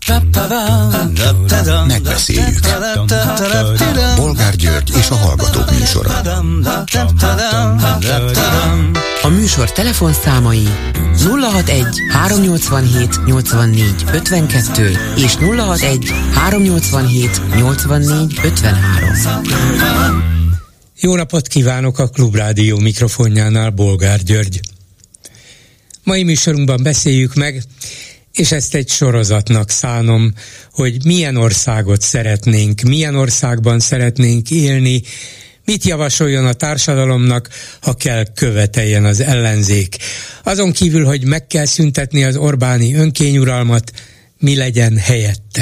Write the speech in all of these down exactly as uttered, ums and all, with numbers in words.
Megbeszéljük. Bolgár György és a Hallgatók műsora. A műsor telefonszámai nulla hatvanegy háromnyolcvanhét nyolcvannégy ötvenkettő és nulla hatvanegy háromnyolcvanhét nyolcvannégy ötvenhárom. Jó napot kívánok, a Klubrádió mikrofonjánál Bolgár György. Mai műsorunkban beszéljük meg, és ezt egy sorozatnak szánom, hogy milyen országot szeretnénk, milyen országban szeretnénk élni, mit javasoljon a társadalomnak, ha kell követeljen az ellenzék. Azon kívül, hogy meg kell szüntetni az Orbáni önkényuralmat, mi legyen helyette.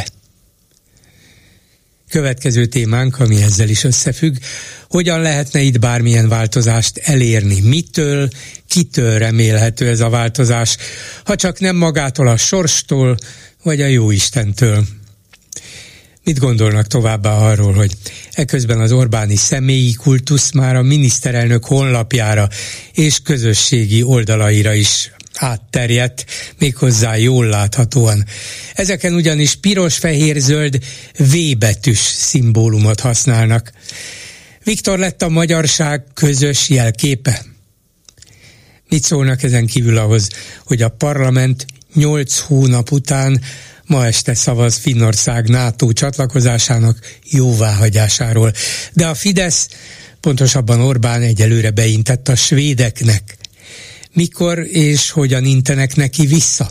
Következő témánk, ami ezzel is összefügg, hogyan lehetne itt bármilyen változást elérni, mitől, kitől remélhető ez a változás, ha csak nem magától a sorstól, vagy a Jóistentől. Mit gondolnak továbbá arról, hogy eközben az Orbáni személyi kultusz már a miniszterelnök honlapjára és közösségi oldalaira is átterjedt, méghozzá jól láthatóan. Ezeken ugyanis piros, fehér, zöld V betűs szimbólumot használnak. Viktor lett a magyarság közös jelképe. Mit szólnak ezen kívül ahhoz, hogy a parlament nyolc hónap után ma este szavaz Finnország NATO csatlakozásának jóváhagyásáról. De a Fidesz, pontosabban Orbán egyelőre beintett a svédeknek. Mikor és hogyan intenek neki vissza?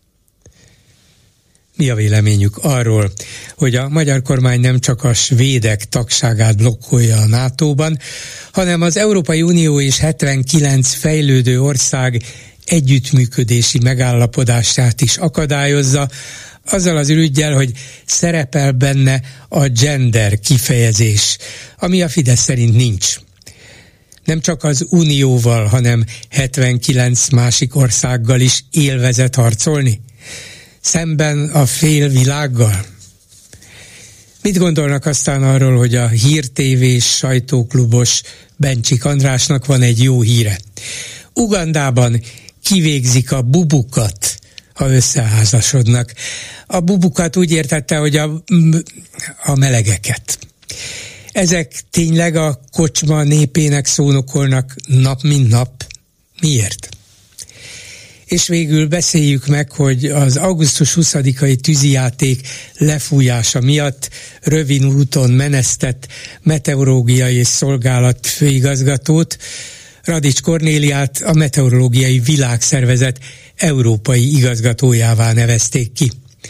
Mi a véleményük arról, hogy a magyar kormány nem csak a svédek tagságát blokkolja a nátóban, hanem az Európai Unió és hetvenkilenc fejlődő ország együttműködési megállapodását is akadályozza, azzal az ürüggyel, hogy szerepel benne a gender kifejezés, ami a Fidesz szerint nincs. Nem csak az Unióval, hanem hetvenkilenc másik országgal is élvezet harcolni? Szemben a fél világgal? Mit gondolnak aztán arról, hogy a Hír té vés sajtóklubos Bencsik Andrásnak van egy jó híre? Ugandában kivégzik a bubukat, ha összeházasodnak. A bubukat úgy értette, hogy a, a melegeket. Ezek tényleg a kocsma népének szónokolnak nap mint nap? Miért? És végül beszéljük meg, hogy az augusztus huszadikai tűzijáték lefújása miatt rövid úton menesztett meteorológiai szolgálat főigazgatót, Radics Kornéliát a Meteorológiai Világszervezet európai igazgatójává nevezték ki.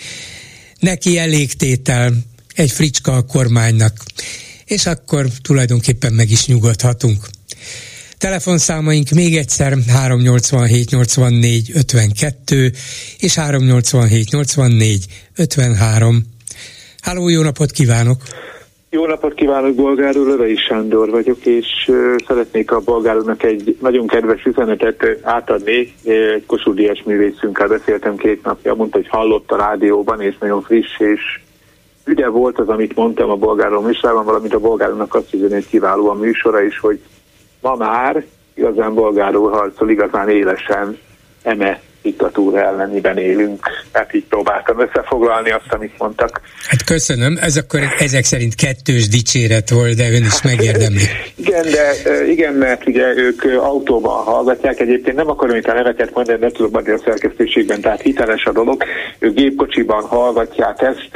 Neki elégtétel, egy fricska a kormánynak, és akkor tulajdonképpen meg is nyugodhatunk. Telefonszámaink még egyszer háromnyolcvanhét nyolcvannégy ötvenkettő és háromnyolcvanhét nyolcvannégy ötvenhárom. Háló, jó napot kívánok! Jó napot kívánok, Bolgár úr, Lövei Sándor vagyok, és uh, szeretnék a Bolgár úrnak egy nagyon kedves üzenetet átadni. Egy Kossuth Díjas művészünkkel beszéltem két napja, mondta, hogy hallott a rádióban, és nagyon friss, és üde volt az, amit mondtam a Bolgár úr műsorában, valamint a Bolgár úrnak azt üzeni, hogy kiváló a műsora is, hogy ma már igazán Bolgár úr harcol, igazán élesen eme diktatúra elleniben élünk. Tehát így próbáltam összefoglalni azt, amit mondtak. Hát köszönöm, ez akkor ezek szerint kettős dicséret volt, de ön is megérdemli. Igen, de igen, mert ugye ők autóban hallgatják, egyébként nem akarom itt a neveket mondani, de nem tudom adni a szerkesztőségben, tehát hiteles a dolog. Ők gépkocsiban hallgatják ezt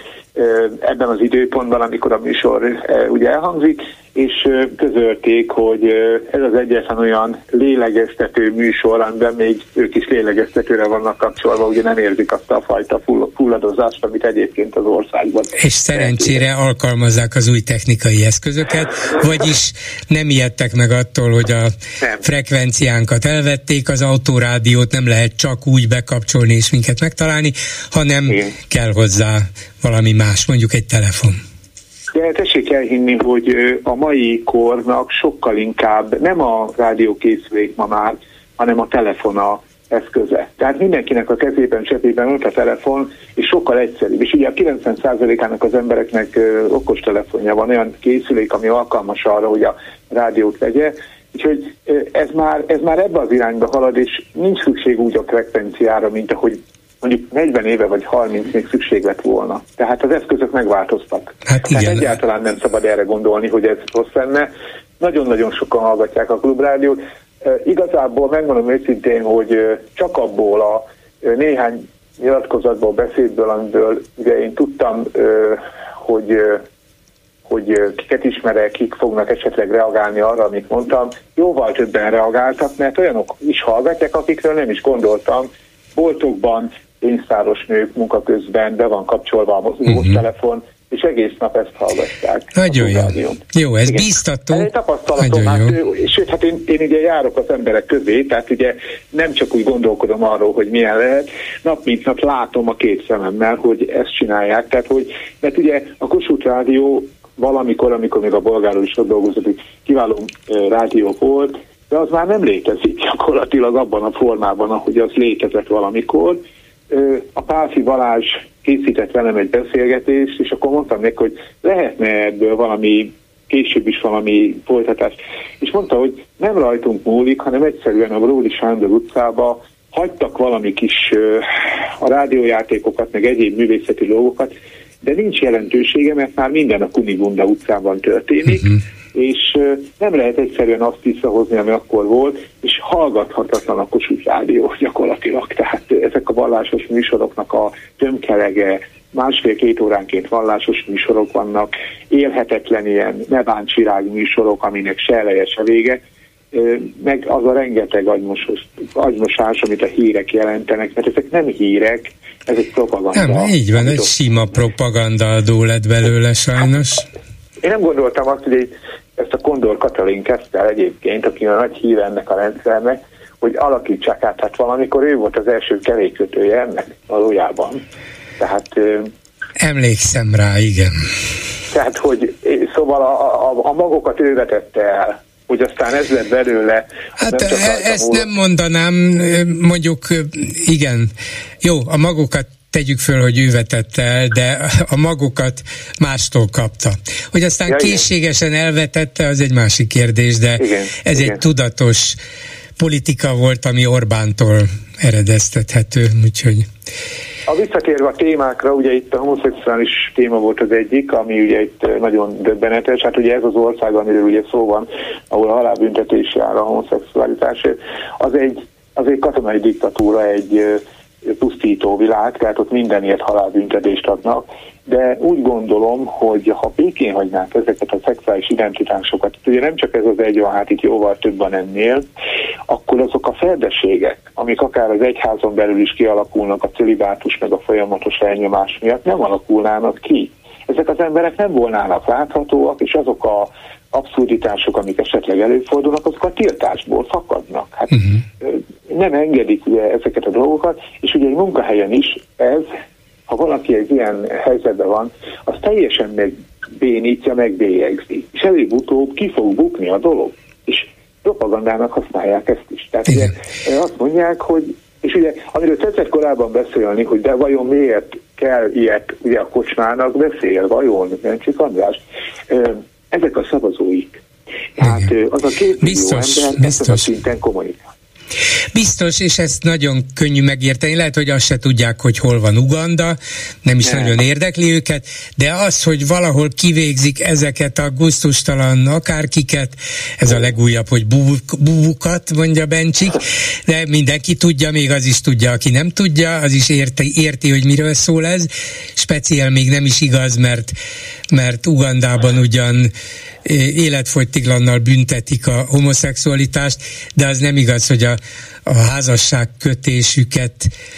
ebben az időpontban, amikor a műsor ugye elhangzik, és közölték, hogy ez az egyetlen olyan lélegeztető műsor, amiben még ők is lélegeztetőre vannak kapcsolva, ugye nem érzik azt a fajta fulladozást, amit egyébként az országban. És szerencsére alkalmazzák az új technikai eszközöket, vagyis nem ijedtek meg attól, hogy a nem. frekvenciánkat elvették, az autórádiót nem lehet csak úgy bekapcsolni és minket megtalálni, hanem Igen. kell hozzá valami más, mondjuk egy telefon. De tessék elhinni, hogy a mai kornak sokkal inkább nem a rádiókészülék ma már, hanem a telefona eszköze. Tehát mindenkinek a kezében, zsebében ott a telefon, és sokkal egyszerűbb. És ugye a kilencven százalékának az embereknek okostelefonja van, olyan készülék, ami alkalmas arra, hogy a rádiót vegye. Úgyhogy ez már, ez már ebbe az irányba halad, és nincs szükség úgy a frekvenciára, mint ahogy mondjuk negyven éve vagy harminc még szükség lett volna. Tehát az eszközök megváltoztak. Hát igen. Tehát egyáltalán nem szabad erre gondolni, hogy ez rossz lenne. Nagyon-nagyon sokan hallgatják a Klubrádiót. E, igazából megmondom őszintén, hogy csak abból a néhány nyilatkozatból, beszédből, amiből ugye én tudtam, hogy, hogy kiket ismerek, kik fognak esetleg reagálni arra, amit mondtam, jóval többen reagáltak, mert olyanok is hallgatják, akikről nem is gondoltam. Boltokban pénztáros nők munka közben be van kapcsolva a mozgóstelefon, uh-huh. és egész nap ezt hallgatják. Nagyon jó. Jó, ez igen. Bíztató. Ez egy tapasztalatom, hát, sőt, hát én, én ugye járok az emberek közé, tehát ugye nem csak úgy gondolkodom arról, hogy milyen lehet, nap mint nap látom a két szememmel, hogy ezt csinálják, tehát hogy, mert ugye a Kossuth Rádió valamikor, amikor még a Bolgár úr is ott dolgozott, hogy kiváló uh, rádió volt, de az már nem létezik gyakorlatilag abban a formában, ahogy az létezett valamikor. Uh, a Pálffy Balázs készített velem egy beszélgetést, és akkor mondtam neki, hogy lehetne ebből valami, később is valami folytatás. És mondta, hogy nem rajtunk múlik, hanem egyszerűen a Bródi Sándor utcába hagytak valami kis uh, a rádiójátékokat, meg egyéb művészeti dolgokat, de nincs jelentősége, mert már minden a Kunigunda utcában történik, uh-huh. és uh, nem lehet egyszerűen azt visszahozni, ami akkor volt, és hallgathatatlan a Kossuth Rádió gyakorlatilag. Tehát ezek a vallásos műsoroknak a tömkelege, másfél-két óránként vallásos műsorok vannak, élhetetlen ilyen ne bánts virág műsorok, aminek se eleje, se vége, meg az a rengeteg agymosás, agymosás, amit a hírek jelentenek, mert ezek nem hírek, ez egy propaganda. Nem, így van, egy sima propaganda adó lett belőle sajnos. Én nem gondoltam azt, hogy ezt a Kondor Katalin kezdte el egyébként, aki a nagy hír ennek a rendszernek, hogy alakítsák át, hát valamikor ő volt az első kerékkötője ennek valójában. Tehát... Emlékszem rá, igen. Tehát, hogy szóval a, a, a magokat ő vetette el, hogy aztán ez lett belőle. Hát nem ezt nem mondanám, mondjuk igen, jó, a magokat tegyük föl, hogy ő vetette el, de a magokat mástól kapta. Hogy aztán ja, készségesen igen. elvetette, az egy másik kérdés, de igen, ez igen. egy tudatos politika volt, ami Orbántól eredeztethető, úgyhogy... A visszatérve a témákra, ugye itt a homoszexuális téma volt az egyik, ami ugye itt nagyon döbbenetes, hát ugye ez az ország, amiről ugye szó van, ahol a halálbüntetés jár a homoszexualitásért, az egy, az egy katonai diktatúra, egy pusztító világ, tehát ott mindenért halálbüntetést adnak, de úgy gondolom, hogy ha békén hagynák ezeket a szexuális identitásokat, ugye nem csak ez az egy van, hát itt jóval több van ennél, akkor azok a feldeségek, amik akár az egyházon belül is kialakulnak a celibátus meg a folyamatos elnyomás miatt, nem alakulnának ki. Ezek az emberek nem volnának láthatóak, és azok a abszurditások, amik esetleg előfordulnak, azok a tiltásból fakadnak. Hát uh-huh. nem engedik ugye ezeket a dolgokat, és ugye egy munkahelyen is ez, ha valaki egy ilyen helyzetben van, az teljesen megbénítja, megbélyegzi. És előbb-utóbb ki fog bukni a dolog. És propagandának használják ezt is. Tehát ugye azt mondják, hogy, és ugye amiről tetszett korábban beszélni, hogy de vajon miért kell ilyet ugye a kocsmának beszél, vajon, nem csak András, ezek a szavazóik. Tehát az a két biztos, millió ember biztos. ezt a szinten kommunikál. Biztos, és ezt nagyon könnyű megérteni. Lehet, hogy azt se tudják, hogy hol van Uganda, nem is nem. nagyon érdekli őket, de az, hogy valahol kivégzik ezeket a gusztustalan akárkiket, ez a legújabb, hogy búbukat, mondja Bencsik, de mindenki tudja, még az is tudja, aki nem tudja, az is érti, érti hogy miről szól ez. Speciál még nem is igaz, mert, mert Ugandában ugyan életfogytiglannal büntetik a homoszexualitást, de az nem igaz, hogy a, a házasság kötésüket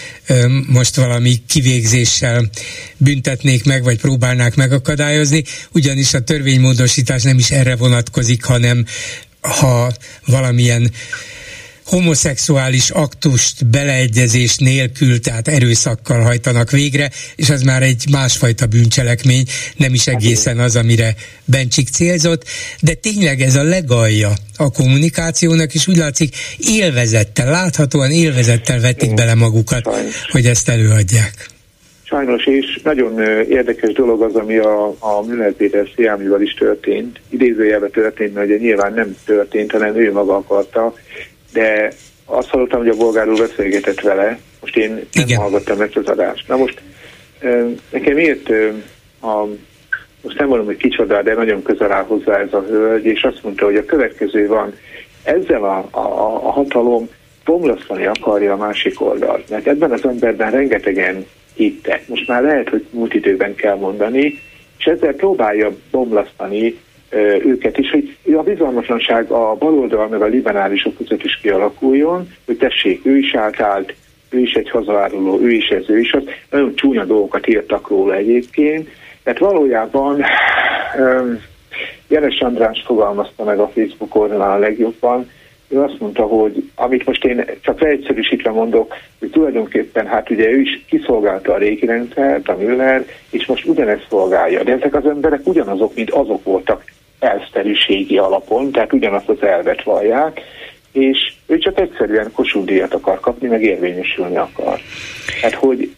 most valami kivégzéssel büntetnék meg, vagy próbálnák megakadályozni, ugyanis a törvénymódosítás nem is erre vonatkozik, hanem ha valamilyen homoszexuális aktust beleegyezés nélkül, tehát erőszakkal hajtanak végre, és az már egy másfajta bűncselekmény, nem is egészen az, amire Bencsik célzott, de tényleg ez a legalja a kommunikációnak, és úgy látszik élvezettel, láthatóan élvezettel vetik bele magukat, sajnos, hogy ezt előadják. Sajnos, és nagyon érdekes dolog az, ami a, a Müller Péter Sziámival is történt, idézőjelben történt, mert ugye nyilván nem történt, hanem ő maga akarta, de azt hallottam, hogy a bolgár úr beszélgetett vele, Most én nem Igen. hallgattam ezt az adást. Na most nekem miért a, most nem mondom, hogy kicsoda, de nagyon közel áll hozzá ez a hölgy, és azt mondta, hogy a következő van, ezzel a, a, a hatalom bomlasztani akarja a másik oldalt. Mert ebben az emberben rengetegen hittek. Most már lehet, hogy múlt időben kell mondani, és ezzel próbálja bomlasztani őket is, hogy a bizalmatlanság a baloldal meg a liberálisok között is kialakuljon, hogy tessék, ő is átállt, ő is egy hazaáruló, ő is ez, ő is az. Nagyon csúnya dolgokat írtak róla egyébként, mert valójában um, Jeles András fogalmazta meg a Facebook oldalán a legjobban. Ő azt mondta, hogy amit most én csak leegyszerűsítve mondok, hogy tulajdonképpen hát ugye ő is kiszolgálta a régi rendszert, a Müller, és most ugyanezt szolgálja. De ezek az emberek ugyanazok, mint azok voltak elszterűségi alapon, tehát ugyanazt az elvet vallják, és ő csak egyszerűen Kossuth díjat akar kapni, meg érvényesülni akar. Hát hogy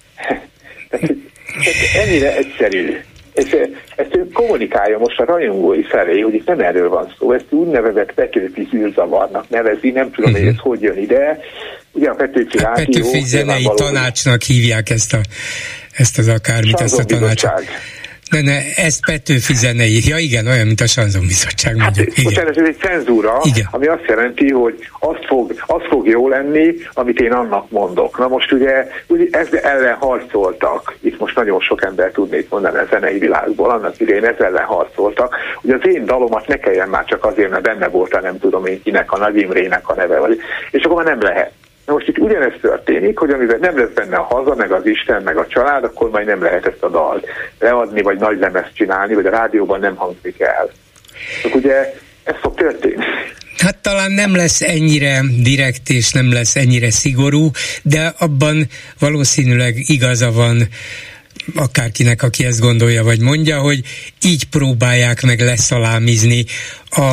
tehát, ennyire egyszerű. Ezt, ezt ő kommunikálja most a rajongói felé, hogy itt nem erről van szó, ezt úgynevezett Petőfi zűrzavarnak nevezi, nem tudom, hogy ez hogy jön ide. Ugye a Petőfi hát rádió... Petőfi zenei tanácsnak hívják ezt, a, ezt az akármit, ezt a tanácsot. Ne, ne, ez Petőfi zenei. Ja igen, olyan, mint a Sanzonbizottság mondjuk. Hát, bocsánat, ez egy cenzúra, igen. Ami azt jelenti, hogy azt fog, azt fog jó lenni, amit én annak mondok. Na most ugye, ugye ez ellen harcoltak. Itt most nagyon sok ember tudnék mondani a zenei világból, annak idején ez ellen harcoltak. Ugye az én dalomat ne kelljen már csak azért, mert benne volt a nem tudom én kinek, a Nagy Imrének a neve, vagy, és akkor már nem lehet. Na most itt ugyanezt történik, hogy amivel nem lesz benne a haza, meg az Isten, meg a család, akkor majd nem lehet ezt a dalt leadni, vagy nagy lemezt csinálni, vagy a rádióban nem hangzik el. Csak ugye ez fog történni. Hát talán nem lesz ennyire direkt, és nem lesz ennyire szigorú, de abban valószínűleg igaza van akárkinek, aki ezt gondolja, vagy mondja, hogy így próbálják meg leszalámizni a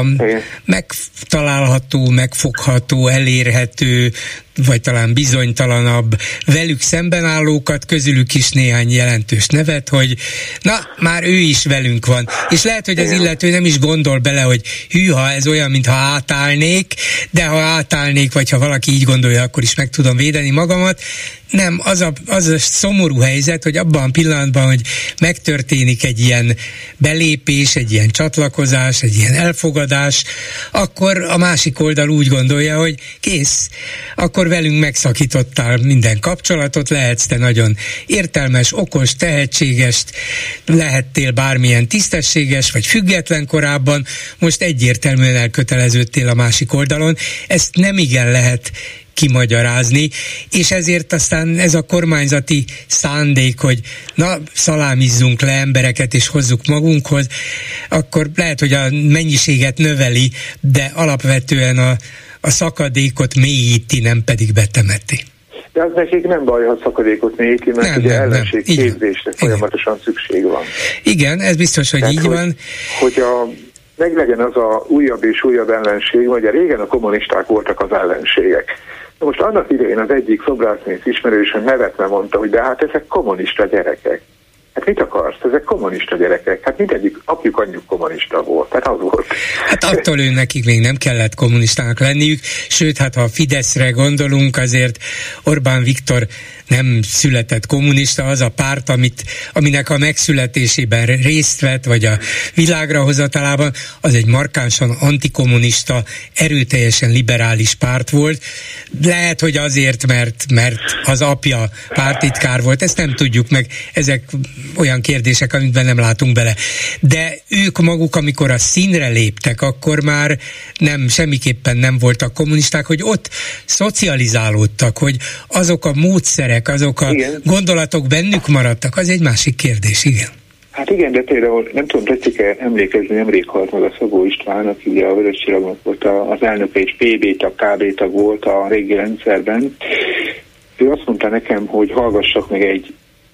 megtalálható, megfogható, elérhető, vagy talán bizonytalanabb velük szemben állókat, közülük is néhány jelentős nevet, hogy na, már ő is velünk van. És lehet, hogy az illető nem is gondol bele, hogy hűha, ez olyan, mintha átállnék, de ha átállnék, vagy ha valaki így gondolja, akkor is meg tudom védeni magamat. Nem, az a, az a szomorú helyzet, hogy abban a pillanatban, hogy megtörténik egy ilyen belépés, egy ilyen csatlakozás, egy ilyen elfogadás, akkor a másik oldal úgy gondolja, hogy kész, akkor velünk megszakítottál minden kapcsolatot, lehetsz te nagyon értelmes, okos, tehetséges, lehettél bármilyen tisztességes, vagy független korábban, most egyértelműen elköteleződtél a másik oldalon. Ezt nem igen lehet kimagyarázni, és ezért aztán ez a kormányzati szándék, hogy na, szalámizzunk le embereket és hozzuk magunkhoz, akkor lehet, hogy a mennyiséget növeli, de alapvetően a, a szakadékot mélyíti, nem pedig betemeti. De az nekik nem baj, ha szakadékot mélyíti, mert nem, ugye ellenségképzésre folyamatosan szükség van. Igen, ez biztos, hogy Tehát, így hogy, van. Hogy a meglegyen az a újabb és újabb ellenség, vagy régen a kommunisták voltak az ellenségek. Na most annak idején az egyik szobrászmész ismerősen nevetve mondta, hogy de hát ezek kommunista gyerekek. Hát mit akarsz? Ezek kommunista gyerekek. Hát mindegyik apjuk anyjuk kommunista volt. Hát az volt. Hát attól ő nekik még nem kellett kommunistának lenniük, sőt, hát ha a Fideszre gondolunk, azért Orbán Viktor nem született kommunista, az a párt, amit, aminek a megszületésében részt vett, vagy a világra hozatalában, az egy markánsan antikommunista, erőteljesen liberális párt volt. Lehet, hogy azért, mert, mert az apja pártitkár volt, ezt nem tudjuk meg, ezek olyan kérdések, amiben nem látunk bele. De ők maguk, amikor a színre léptek, akkor már nem, semmiképpen nem voltak kommunisták, hogy ott szocializálódtak, hogy azok a módszerek, azok a igen. gondolatok bennük maradtak, az egy másik kérdés, igen. Hát igen, de például nem tudom, tetszik-e emlékezni, nemrég halt meg a Szabó István, aki ugye a Vörös Csillagnak volt az elnöke, és pé bé tag, ká bé tag volt a régi rendszerben. Ő azt mondta nekem, hogy hallgassak meg egy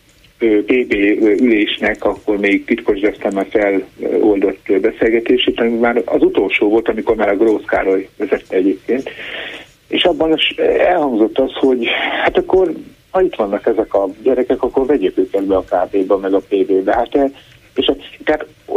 pé bé ülésnek, akkor még titkos, de aztán már feloldott beszélgetését, ami már az utolsó volt, amikor már a Grósz Károly vezette egyébként. És abban elhangzott az, hogy hát akkor, ha itt vannak ezek a gyerekek, akkor vegyék őket be a ká bé-ba, meg a pé bé-be. Hát, és, tehát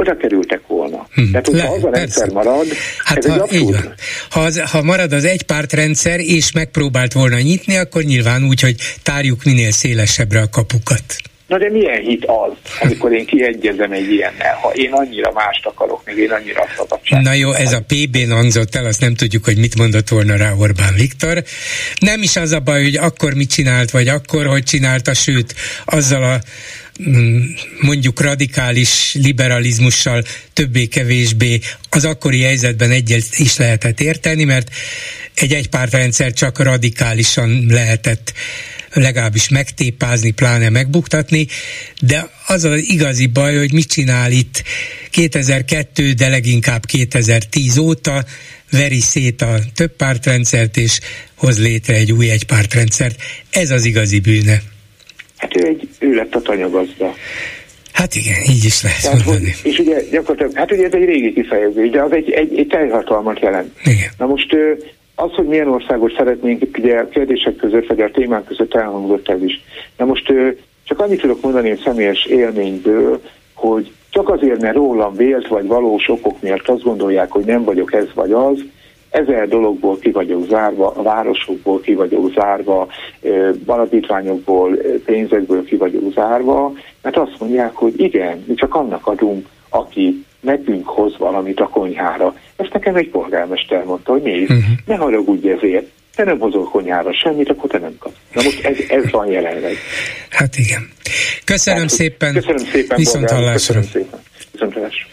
oda kerültek volna. Hmm. Tehát, hogyha az a rendszer marad, hát ez ha, egy abszolút... ha, az, ha marad az egypártrendszer, és megpróbált volna nyitni, akkor nyilván úgy, hogy tárjuk minél szélesebbre a kapukat. Na de milyen hit az, amikor én kiegyezem egy ilyennel, ha én annyira mást akarok, még én annyira szabadság. Na jó, ez a pé bén hangzott el, azt nem tudjuk, hogy mit mondott volna rá Orbán Viktor. Nem is az a baj, hogy akkor mit csinált, vagy akkor, hogy csinálta, sőt, azzal a mondjuk radikális liberalizmussal többé-kevésbé az akkori helyzetben egyet is lehetett érteni, mert egy egypártrendszer csak radikálisan lehetett legalábbis megtépázni, pláne megbuktatni, de az az igazi baj, hogy mit csinál itt kétezer-kettő, de leginkább kétezer-tíz óta, veri szét a többpártrendszert, és hoz létre egy új egypártrendszert. Ez az igazi bűne. Hát ő, egy, ő lett a tanyagazda. Hát igen, így is lehet Tehát, mondani. Hogy, és ugye gyakorlatilag, hát ugye ez egy régi kifejezés, de az egy, egy, egy teljhatalmat jelent. Igen. Na most az, hogy milyen országot szeretnénk, ugye a kérdések között, vagy a témák között elhangzott ez is. Na most csak annyit tudok mondani a személyes élményből, hogy csak azért, mert rólam vélt, vagy valós okok miatt azt gondolják, hogy nem vagyok ez vagy az, ezer dologból ki vagyok zárva, a városokból ki vagyok zárva, alapítványokból, pénzekből ki vagyok zárva, mert azt mondják, hogy igen, mi csak annak adunk, aki nekünk hoz valamit a konyhára. Ezt nekem egy polgármester mondta, hogy nézd, uh-huh. ne haragudj ezért, te nem hozol konyhára semmit, akkor te nem kapsz. Na most ez, ez van jelenleg. Hát igen. Köszönöm hát, szépen. Köszönöm szépen, Viszont hallásra. Köszönöm szépen. Viszont hallásra.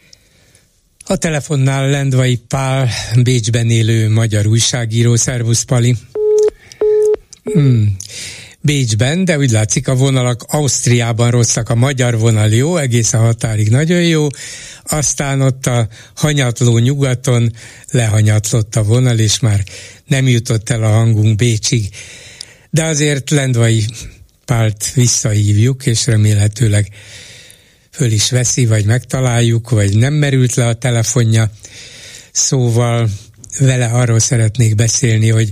A telefonnál Lendvai Pál, Bécsben élő magyar újságíró. Szervusz, Pali! Hmm. Bécsben, de úgy látszik a vonalak Ausztriában rosszak, a magyar vonal jó, egész a határig nagyon jó, aztán ott a hanyatló nyugaton lehanyatlott a vonal, és már nem jutott el a hangunk Bécsig. De azért Lendvai Pált visszahívjuk, és remélhetőleg föl is veszi, vagy megtaláljuk, vagy nem merült le a telefonja. Szóval vele arról szeretnék beszélni, hogy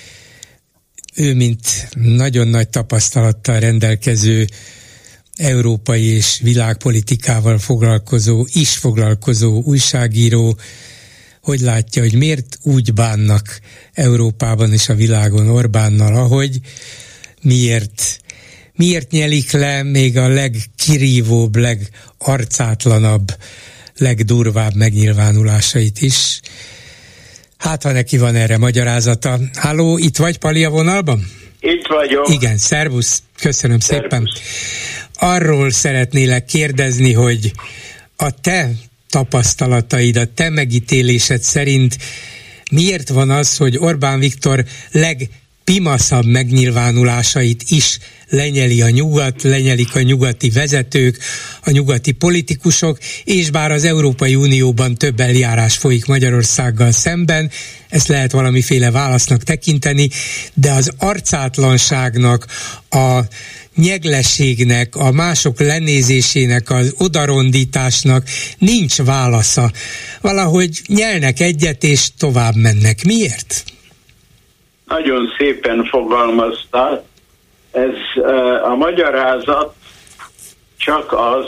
ő, mint nagyon nagy tapasztalattal rendelkező európai és világpolitikával foglalkozó, is foglalkozó újságíró, hogy látja, hogy miért úgy bánnak Európában és a világon Orbánnal, ahogy, miért, miért nyelik le még a legkirívóbb, legarcátlanabb, legdurvább megnyilvánulásait is. Hát, ha neki van erre magyarázata. Halló, itt vagy, Pali, a vonalban? Itt vagyok. Igen, szervusz, köszönöm szervusz. Szépen. Arról szeretnélek kérdezni, hogy a te tapasztalataid, a te megítélésed szerint miért van az, hogy Orbán Viktor legpimaszabb megnyilvánulásait is lenyeli a nyugat, lenyelik a nyugati vezetők, a nyugati politikusok, és bár az Európai Unióban több eljárás folyik Magyarországgal szemben, ezt lehet valamiféle válasznak tekinteni, de az arcátlanságnak, a nyeglességnek, a mások lenézésének, az odarondításnak nincs válasza. Valahogy nyelnek egyet, és tovább mennek. Miért? Nagyon szépen fogalmaztál. Ez a magyarázat csak az,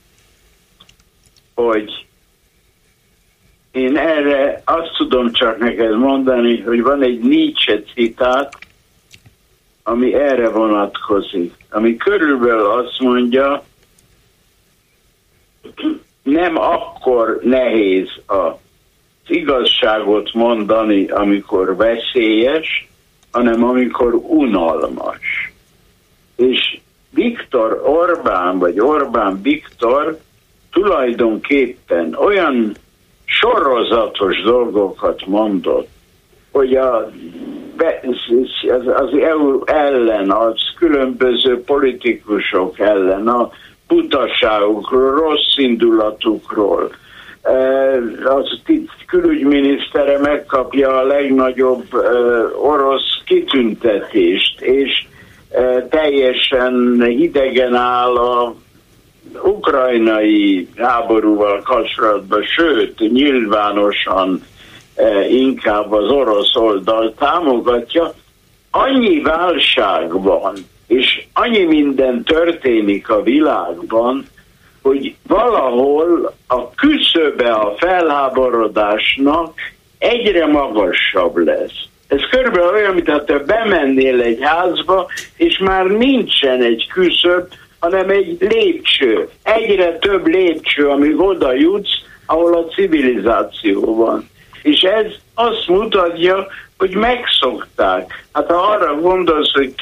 hogy én erre azt tudom csak neked mondani, hogy van egy Nietzsche citát, ami erre vonatkozik, ami körülbelül azt mondja, nem akkor nehéz az igazságot mondani, amikor veszélyes, hanem amikor unalmas. És Viktor Orbán, vagy Orbán Viktor tulajdonképpen olyan sorozatos dolgokat mondott, hogy a, az, az é u ellen, az különböző politikusok ellen, a butaságukról, rossz indulatukról, az külügyminisztere megkapja a legnagyobb orosz kitüntetést, és teljesen hidegen áll a ukrajnai háborúval kapcsolatban, sőt, nyilvánosan inkább az orosz oldal támogatja. Annyi válság van, és annyi minden történik a világban, hogy valahol a küszöbe a felháborodásnak egyre magasabb lesz. Ez körülbelül olyan, mintha te bemennél egy házba, és már nincsen egy küszöb, hanem egy lépcső. Egyre több lépcső, amíg oda jutsz, ahol a civilizáció van. És ez azt mutatja, hogy megszokták. Hát ha arra gondolsz, hogy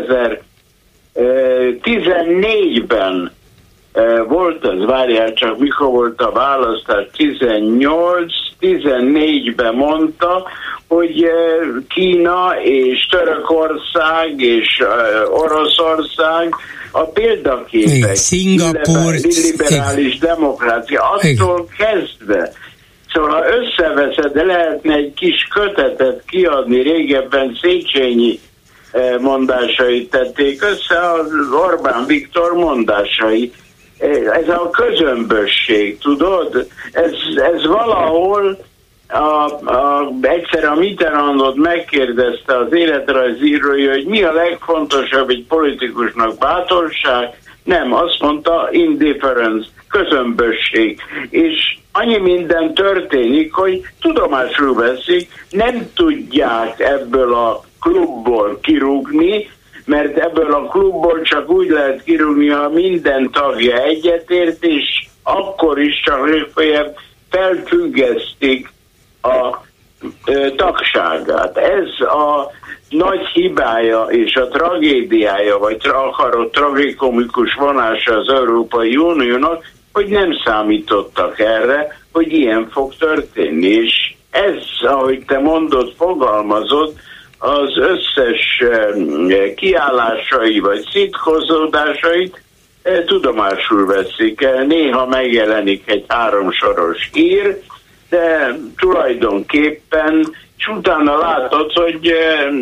kétezer-tizennégyben volt az, várjál csak, mikor volt a választás, tizennyolc tizennégyben mondta, hogy Kína és Törökország és Oroszország a példaképek, Szingapúr, liberális demokrácia, attól kezdve. Szóval ha összeveszed, de lehetne egy kis kötetet kiadni, régebben Széchenyi mondásait tették össze, az Orbán Viktor mondásai. Ez a közömbösség, tudod? Ez, ez valahol a, a, egyszer a Mitterrandot megkérdezte az életrajzírója, hogy mi a legfontosabb egy politikusnak, bátorság? Nem, azt mondta indifference, közömbösség. És annyi minden történik, hogy tudomásul veszik, nem tudják ebből a klubból kirúgni, mert ebből a klubból csak úgy lehet kirúgni, ha minden tagja egyetért, és akkor is csak legfeljebb felfüggesztik a ö, tagságát. Ez a nagy hibája és a tragédiája, vagy tra- akarott tragikomikus vonása az Európai Uniónak, hogy nem számítottak erre, hogy ilyen fog történni. És ez, ahogy te mondod, fogalmazott, az összes kiállásai vagy szitkozódásait tudomásul veszik. Néha megjelenik egy háromsoros ír, de tulajdonképpen, és utána látod, hogy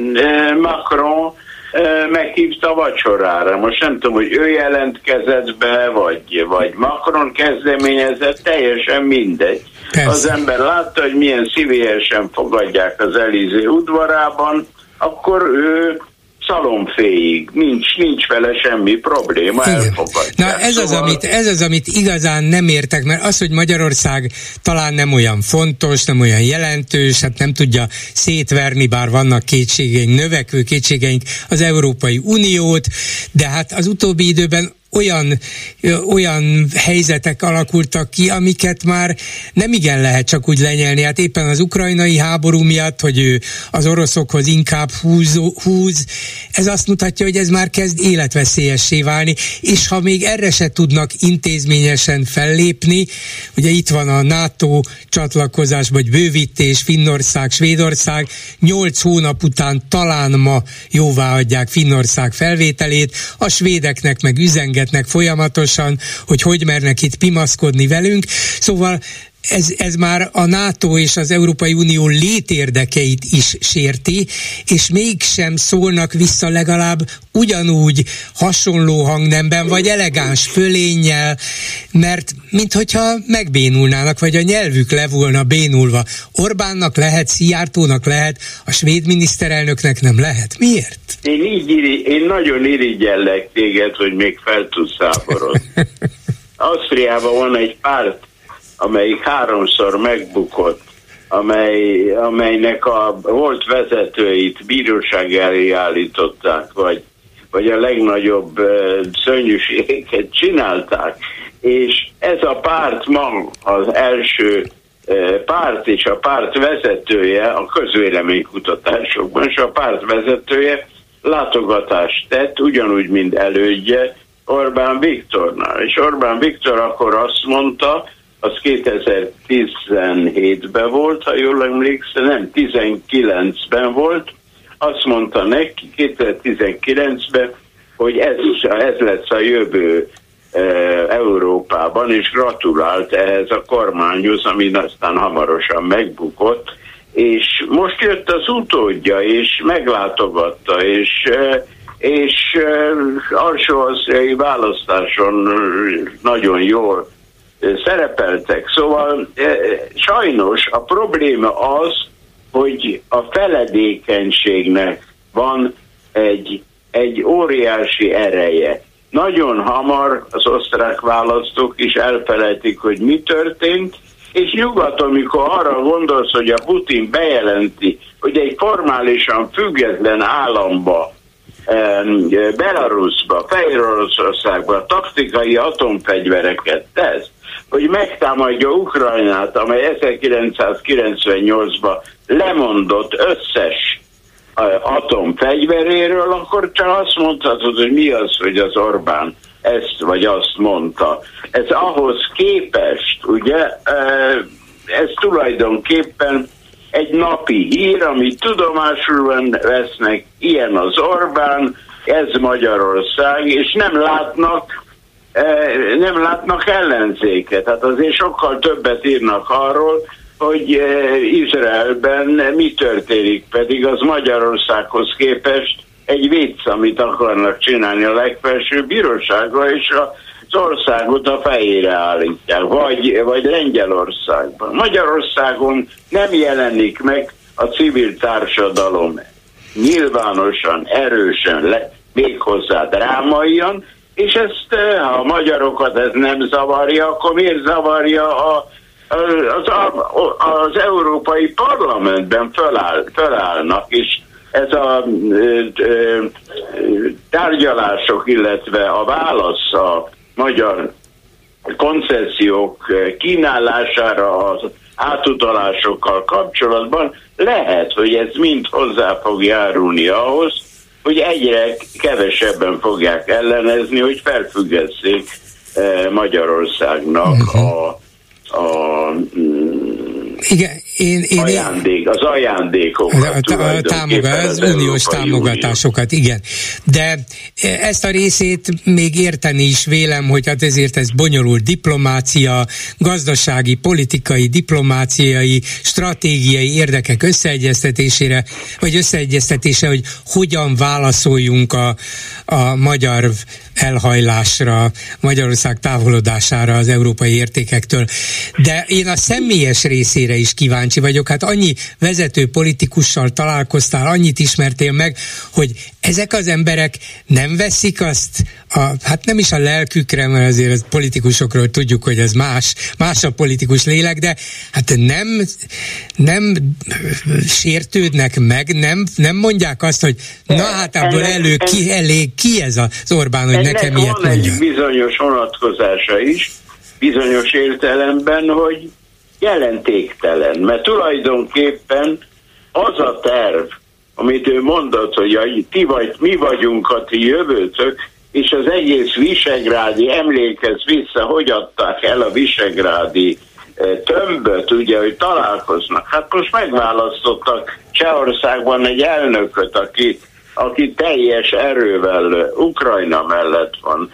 Macron meghívta vacsorára. Most nem tudom, hogy ő jelentkezett be, vagy, vagy Macron kezdeményezett, teljesen mindegy. Persze. Az ember látta, hogy milyen szívélyesen fogadják az Elizé udvarában, akkor ő szalonféig, nincs, nincs vele semmi probléma, elfogadják. Na ez, szóval... az, amit, ez az, amit igazán nem értek, mert az, hogy Magyarország talán nem olyan fontos, nem olyan jelentős, hát nem tudja szétverni, bár vannak kétségeink, növekvő kétségeink az Európai Uniót, de hát az utóbbi időben olyan, olyan helyzetek alakultak ki, amiket már nem igen lehet csak úgy lenyelni. Hát éppen az ukrajnai háború miatt, hogy ő az oroszokhoz inkább húz, húz, ez azt mutatja, hogy ez már kezd életveszélyessé válni, és ha még erre se tudnak intézményesen fellépni, ugye itt van a NATO csatlakozás, vagy bővítés, Finnország, Svédország, nyolc hónap után talán ma jóváhagyják Finnország felvételét, a svédeknek meg üzengetnek folyamatosan, hogy hogy mernek itt pimaszkodni velünk. Szóval ez, ez már a NATO és az Európai Unió létérdekeit is sérti, és mégsem szólnak vissza legalább ugyanúgy hasonló hangnemben, vagy elegáns fölénnyel, mert minthogyha megbénulnának, vagy a nyelvük le volna bénulva. Orbánnak lehet, Szijjártónak lehet, a svéd miniszterelnöknek nem lehet. Miért? Én, így iri, én nagyon irigyellek téged, hogy még fel tudsz száborodni. Ausztriában van egy párt, amelyik háromszor megbukott, amely, amelynek a volt vezetőit bíróság elé állították, vagy, vagy a legnagyobb uh, szörnyűségeket csinálták. És ez a párt ma az első uh, párt, és a párt vezetője a közvéleménykutatásokban, és a párt vezetője látogatást tett, ugyanúgy, mint elődje Orbán Viktornál. És Orbán Viktor akkor azt mondta, az kétezer-tizenhétben volt, ha jól emlékszem, nem, tizenkilencben volt, azt mondta neki kétezer-tizenkilencben, hogy ez, ez lesz a jövő e, Európában, és gratulált ehhez a kormányhoz, ami aztán hamarosan megbukott, és most jött az utódja, és meglátogatta, és e, és e, alsó-asztriai választáson nagyon jól szerepeltek. Szóval e, sajnos a probléma az, hogy a feledékenységnek van egy, egy óriási ereje. nagyon hamar az osztrák választók is elfelejtik, hogy mi történt, és nyugaton, mikor arra gondolsz, hogy a Putin bejelenti, hogy egy formálisan független államba, Belarusba, Fehéroroszországba taktikai atomfegyvereket tesz, hogy megtámadja Ukrajnát, amely ezerkilencszázkilencvennyolcban lemondott összes atomfegyveréről, akkor csak azt mondhatod, hogy mi az, hogy az Orbán ezt vagy azt mondta. Ez ahhoz képest, ugye, ez tulajdonképpen egy napi hír, amit tudomásul vesznek, ilyen az Orbán, ez Magyarország, és nem látnak, nem látnak ellenzéket. Hát azért sokkal többet írnak arról, hogy Izraelben mi történik, pedig az Magyarországhoz képest egy vicc, amit akarnak csinálni a legfelsőbb bíróságra, és az országot a fejére állítják, vagy, vagy Lengyelországban. Magyarországon nem jelenik meg a civil társadalom nyilvánosan, erősen, le, méghozzá drámaian, és ezt, ha a magyarokat ez nem zavarja, akkor miért zavarja a Az, az Európai Parlamentben föláll, fölállnak, és ez a ö, ö, tárgyalások, illetve a válasz a magyar koncesziók kínálására az átutalásokkal kapcsolatban lehet, hogy ez mind hozzá fog járulni ahhoz, hogy egyre kevesebben fogják ellenezni, hogy felfüggesszék Magyarországnak a A, igen, én, én, ajándék, az ajándékokat. A, a, támogat, az uniós támogatásokat, Unió. Igen. De ezt a részét még érteni is vélem, hogy hát ezért ez bonyolult diplomácia, gazdasági, politikai, diplomáciai, stratégiai érdekek összeegyeztetésére, vagy összeegyeztetése, hogy hogyan válaszoljunk a, a magyar elhajlásra, Magyarország távolodására az európai értékektől. De én a személyes részére is kíváncsi vagyok. Hát annyi vezető politikussal találkoztál, annyit ismertél meg, hogy ezek az emberek nem veszik azt, a, hát nem is a lelkükre, mert azért az politikusokról tudjuk, hogy ez más, más a politikus lélek, de hát nem, nem sértődnek meg, nem, nem mondják azt, hogy na hát abból elő, ki, elég, ki ez az Orbán, hogy nekem ilyet mondja. Egy bizonyos vonatkozása is, bizonyos értelemben, hogy jelentéktelen, mert tulajdonképpen az a terv, amit ő mondott, hogy ti vagy, mi vagyunk a ti jövőtök, és az egész visegrádi, emlékezz vissza, hogy adták el a visegrádi tömböt, ugye, hogy találkoznak. Hát most megválasztottak Csehországban egy elnököt, aki aki teljes erővel Ukrajna mellett van,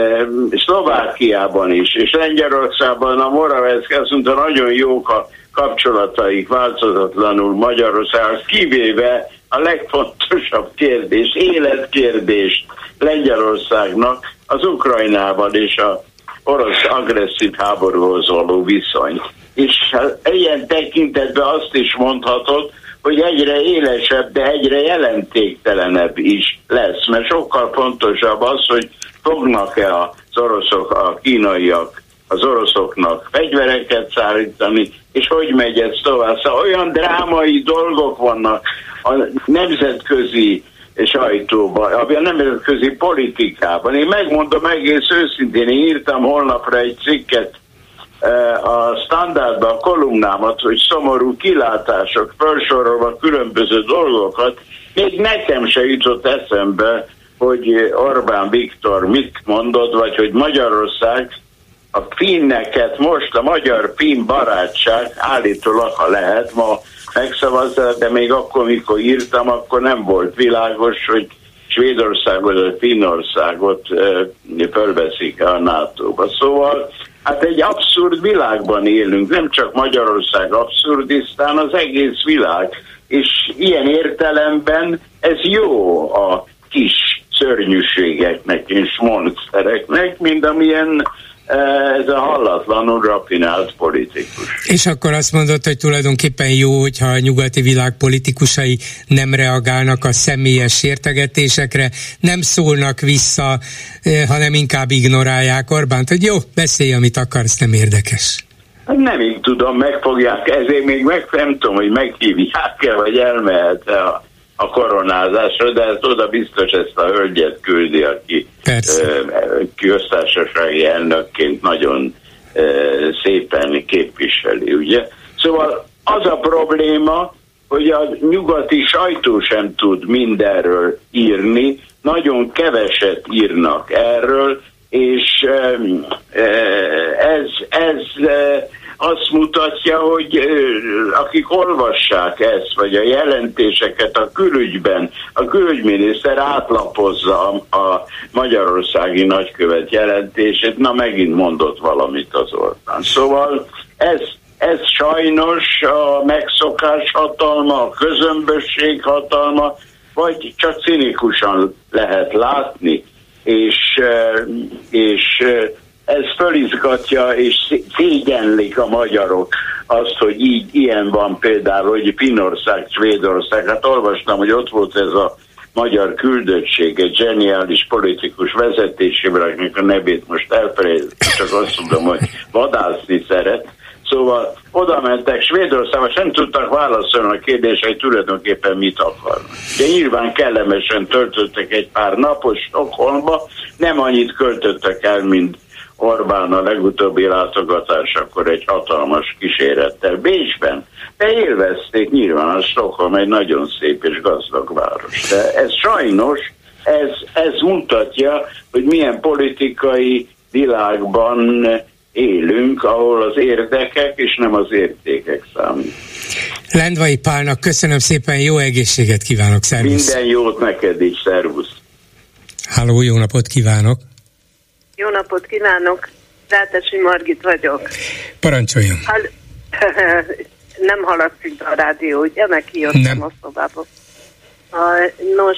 Szlovákiában is, és Lengyelországban a Morawiecki azt mondta, nagyon jók a kapcsolataik változatlanul Magyarországhoz, kivéve a legfontosabb kérdés, életkérdést Lengyelországnak az Ukrajnával és a orosz agresszív háborúhoz való viszony. És ilyen tekintetben azt is mondhatod, hogy egyre élesebb, de egyre jelentéktelenebb is lesz, mert sokkal fontosabb az, hogy fognak-e az oroszok, a kínaiak az oroszoknak fegyvereket szállítani, és hogy megy ez tovább. Szóval olyan drámai dolgok vannak a nemzetközi sajtóban, a nemzetközi politikában. Én megmondom egész őszintén, én írtam holnapra egy cikket a Standardban, a kolumnámat, hogy szomorú kilátások, felsorolva különböző dolgokat, még nekem se jutott eszembe, hogy Orbán Viktor mit mondott, vagy hogy Magyarország a finneket most a magyar-finn barátság állítólag, ha lehet, ma megszavazza, de még akkor, mikor írtam, akkor nem volt világos, hogy Svédországot vagy Finnországot fölveszik a nátóba. Szóval hát egy abszurd világban élünk, nem csak Magyarország abszurdisztán, az egész világ. És ilyen értelemben ez jó a kis szörnyűségeknek és monstereknek, mint amilyen ez a hallatlanul rafinált politikus. És akkor azt mondod, hogy tulajdonképpen jó, hogyha a nyugati világ politikusai nem reagálnak a személyes sértegetésekre, nem szólnak vissza, hanem inkább ignorálják Orbánt, hogy jó, beszélj, amit akarsz, nem érdekes. Nem így tudom, megfogják, ezért még meg, nem tudom, hogy meghívják-e, vagy elmehet-e a, a koronázásra, de ezt oda biztos ezt a hölgyet küldi, aki köztársasági elnökként nagyon ö, szépen képviseli, ugye? Szóval az a probléma, hogy a nyugati sajtó sem tud mindenről írni, nagyon keveset írnak erről, és ez, ez azt mutatja, hogy akik olvassák ezt, vagy a jelentéseket a külügyben, a külügyminiszter átlapozza a, a magyarországi nagykövet jelentését, na megint mondott valamit az Orbán. Szóval ez, ez sajnos a megszokás hatalma, a közömbösség hatalma, vagy csak cinikusan lehet látni, és, és ez fölizgatja, és szégyenlik a magyarok azt, hogy így ilyen van például, hogy Finnország, Svédország. Hát olvastam, hogy ott volt ez a magyar küldöttség, egy zseniális politikus vezetésével, akinek a nevét most elfelejtettem, csak azt tudom, hogy vadászni szeret. Szóval oda mentek Svédországba, sem tudtak válaszolni a kérdésre, hogy tulajdonképpen mit akarnak. De nyilván kellemesen töltöttek egy pár napot Stockholmba, nem annyit költöttek el, mint Orbán a legutóbbi látogatás, akkor egy hatalmas kísérettel Bécsben, de élvezték, nyilván a Stockholm egy nagyon szép és gazdag város. De ez sajnos, ez, ez mutatja, hogy milyen politikai világban élünk, ahol az érdekek és nem az értékek számít. Lendvai Pálnak köszönöm szépen, jó egészséget kívánok, szervusz! Minden jót neked is, szervusz! Halló, jó napot kívánok! Jó napot kívánok, Rátási Margit vagyok. Parancsoljon! Hall- nem hallatszik be a rádió, ugye? Meg kijöttem a szobába. Nos,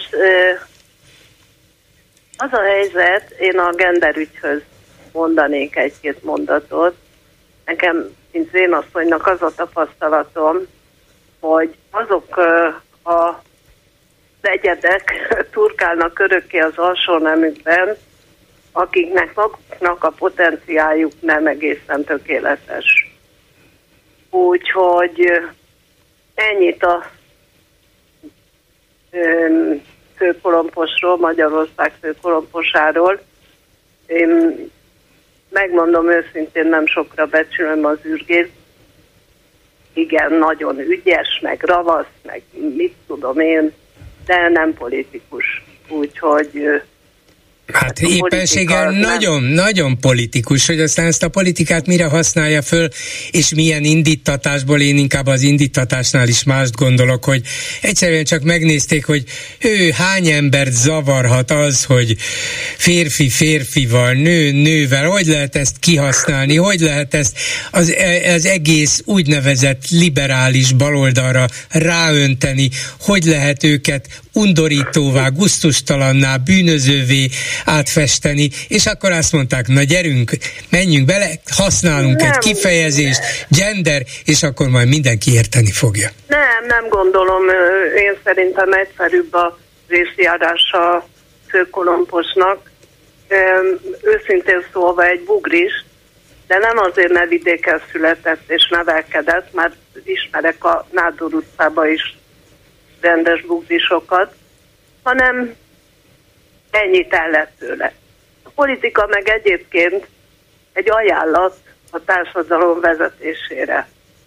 az a helyzet, én a genderügyhöz mondanék egy-két mondatot. Nekem, mint vénasszonynak az a tapasztalatom, hogy azok a egyedek turkálnak örökké az alsó nemükben, akiknek maguknak a potenciáljuk nem egészen tökéletes. Úgyhogy ennyit a főkolomposról, Magyarország főkolomposáról. Én megmondom őszintén, nem sokra becsülöm az űrgészt. Igen, nagyon ügyes, meg ravasz, meg mit tudom én, de nem politikus. Úgyhogy hát éppenséggel nagyon, nagyon politikus, hogy aztán ezt a politikát mire használja föl, és milyen indítatásból, én inkább az indítatásnál is mást gondolok, hogy egyszerűen csak megnézték, hogy ő hány embert zavarhat az, hogy férfi férfival, nő nővel, hogy lehet ezt kihasználni, hogy lehet ezt az, az egész úgynevezett liberális baloldalra ráönteni, hogy lehet őket undorítóvá, gusztustalanná, bűnözővé átfesteni, és akkor azt mondták, na gyerünk, menjünk bele, használunk nem, egy kifejezést, gender, és akkor majd mindenki érteni fogja. Nem, nem gondolom, én szerintem egyszerűbb a részjárása a főkolomposnak. Őszintén szólva egy bugris, de nem azért, mert vidéken született és nevelkedett, mert ismerek a Nádor utcába is rendes bugrisokat, hanem ennyit el lett tőle. A politika meg egyébként egy ajánlat a társadalom vezetésére.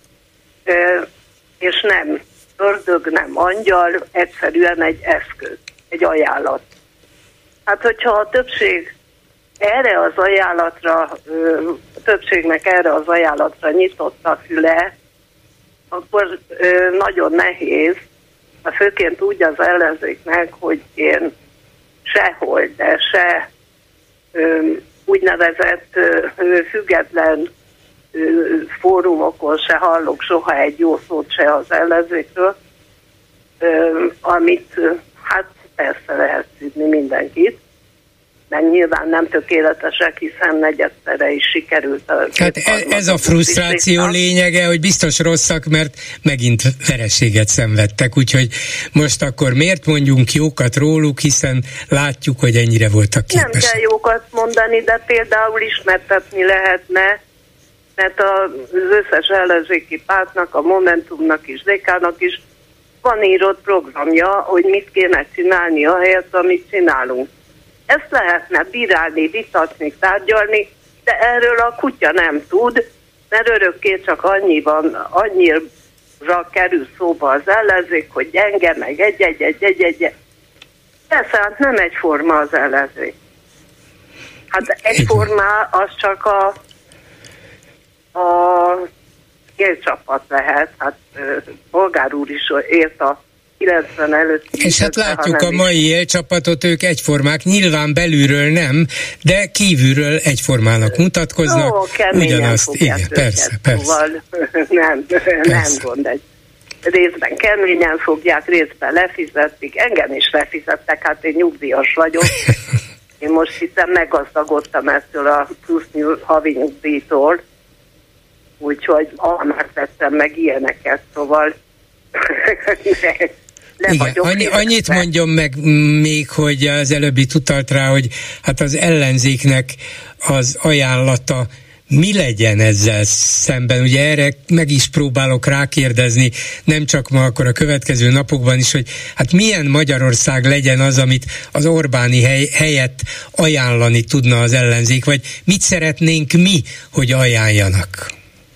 Ö, és nem ördög, nem angyal, egyszerűen egy eszköz, egy ajánlat. Hát, hogyha a többség erre az ajánlatra, ö, a többségnek erre az ajánlatra nyitotta a füle, akkor ö, nagyon nehéz, főként úgy az ellenzéknek, hogy én sehol, de se ö, úgynevezett ö, független ö, fórumokon se hallok soha egy jó szót se az ellenzékről, ö, amit hát persze lehet szűrni mindenkit, meg nyilván nem tökéletesek, hiszen negyedszerre is sikerült. A hát ez a frusztráció lényege, hogy biztos rosszak, mert megint vereséget szenvedtek, úgyhogy most akkor miért mondjunk jókat róluk, hiszen látjuk, hogy ennyire voltak képesek. Nem kell jókat mondani, de például ismertetni lehetne, mert az összes ellenzéki pártnak, a Momentumnak is, dé ká-nak is van írott programja, hogy mit kéne csinálni ahelyett, amit csinálunk. Ezt lehetne bírálni, vitatni, tárgyalni, de erről a kutya nem tud, mert örökké csak annyi van, annyira kerül szóba az ellenzék, hogy gyenge, meg egy-egy-egy-egy-egy. Persze, hát nem egyforma az ellenzék. Hát egyforma az csak a, a élcsapat lehet. Hát Bolgár úr is ért a kilencven előtt. És hát látjuk a mai élcsapatot, ők egyformák, nyilván belülről nem, de kívülről egyformának mutatkoznak. Ó, ugyanazt, igen, persze, persze. Szóval nem, nem gond egy. Részben keményen fogják, részben lefizetik. Engem is lefizettek, hát én nyugdíjas vagyok. Én most hiszen meggazdagodtam ettől a plusz havi nyugdíjtól, úgyhogy almát vettem meg ilyeneket, szóval igen, annyi, annyit mondjon meg még, hogy az előbbit utalt rá, hogy hát az ellenzéknek az ajánlata mi legyen ezzel szemben? Ugye erre meg is próbálok rákérdezni, nem csak ma, akkor a következő napokban is, hogy hát milyen Magyarország legyen az, amit az Orbáni hely, helyett ajánlani tudna az ellenzék, vagy mit szeretnénk mi, hogy ajánljanak?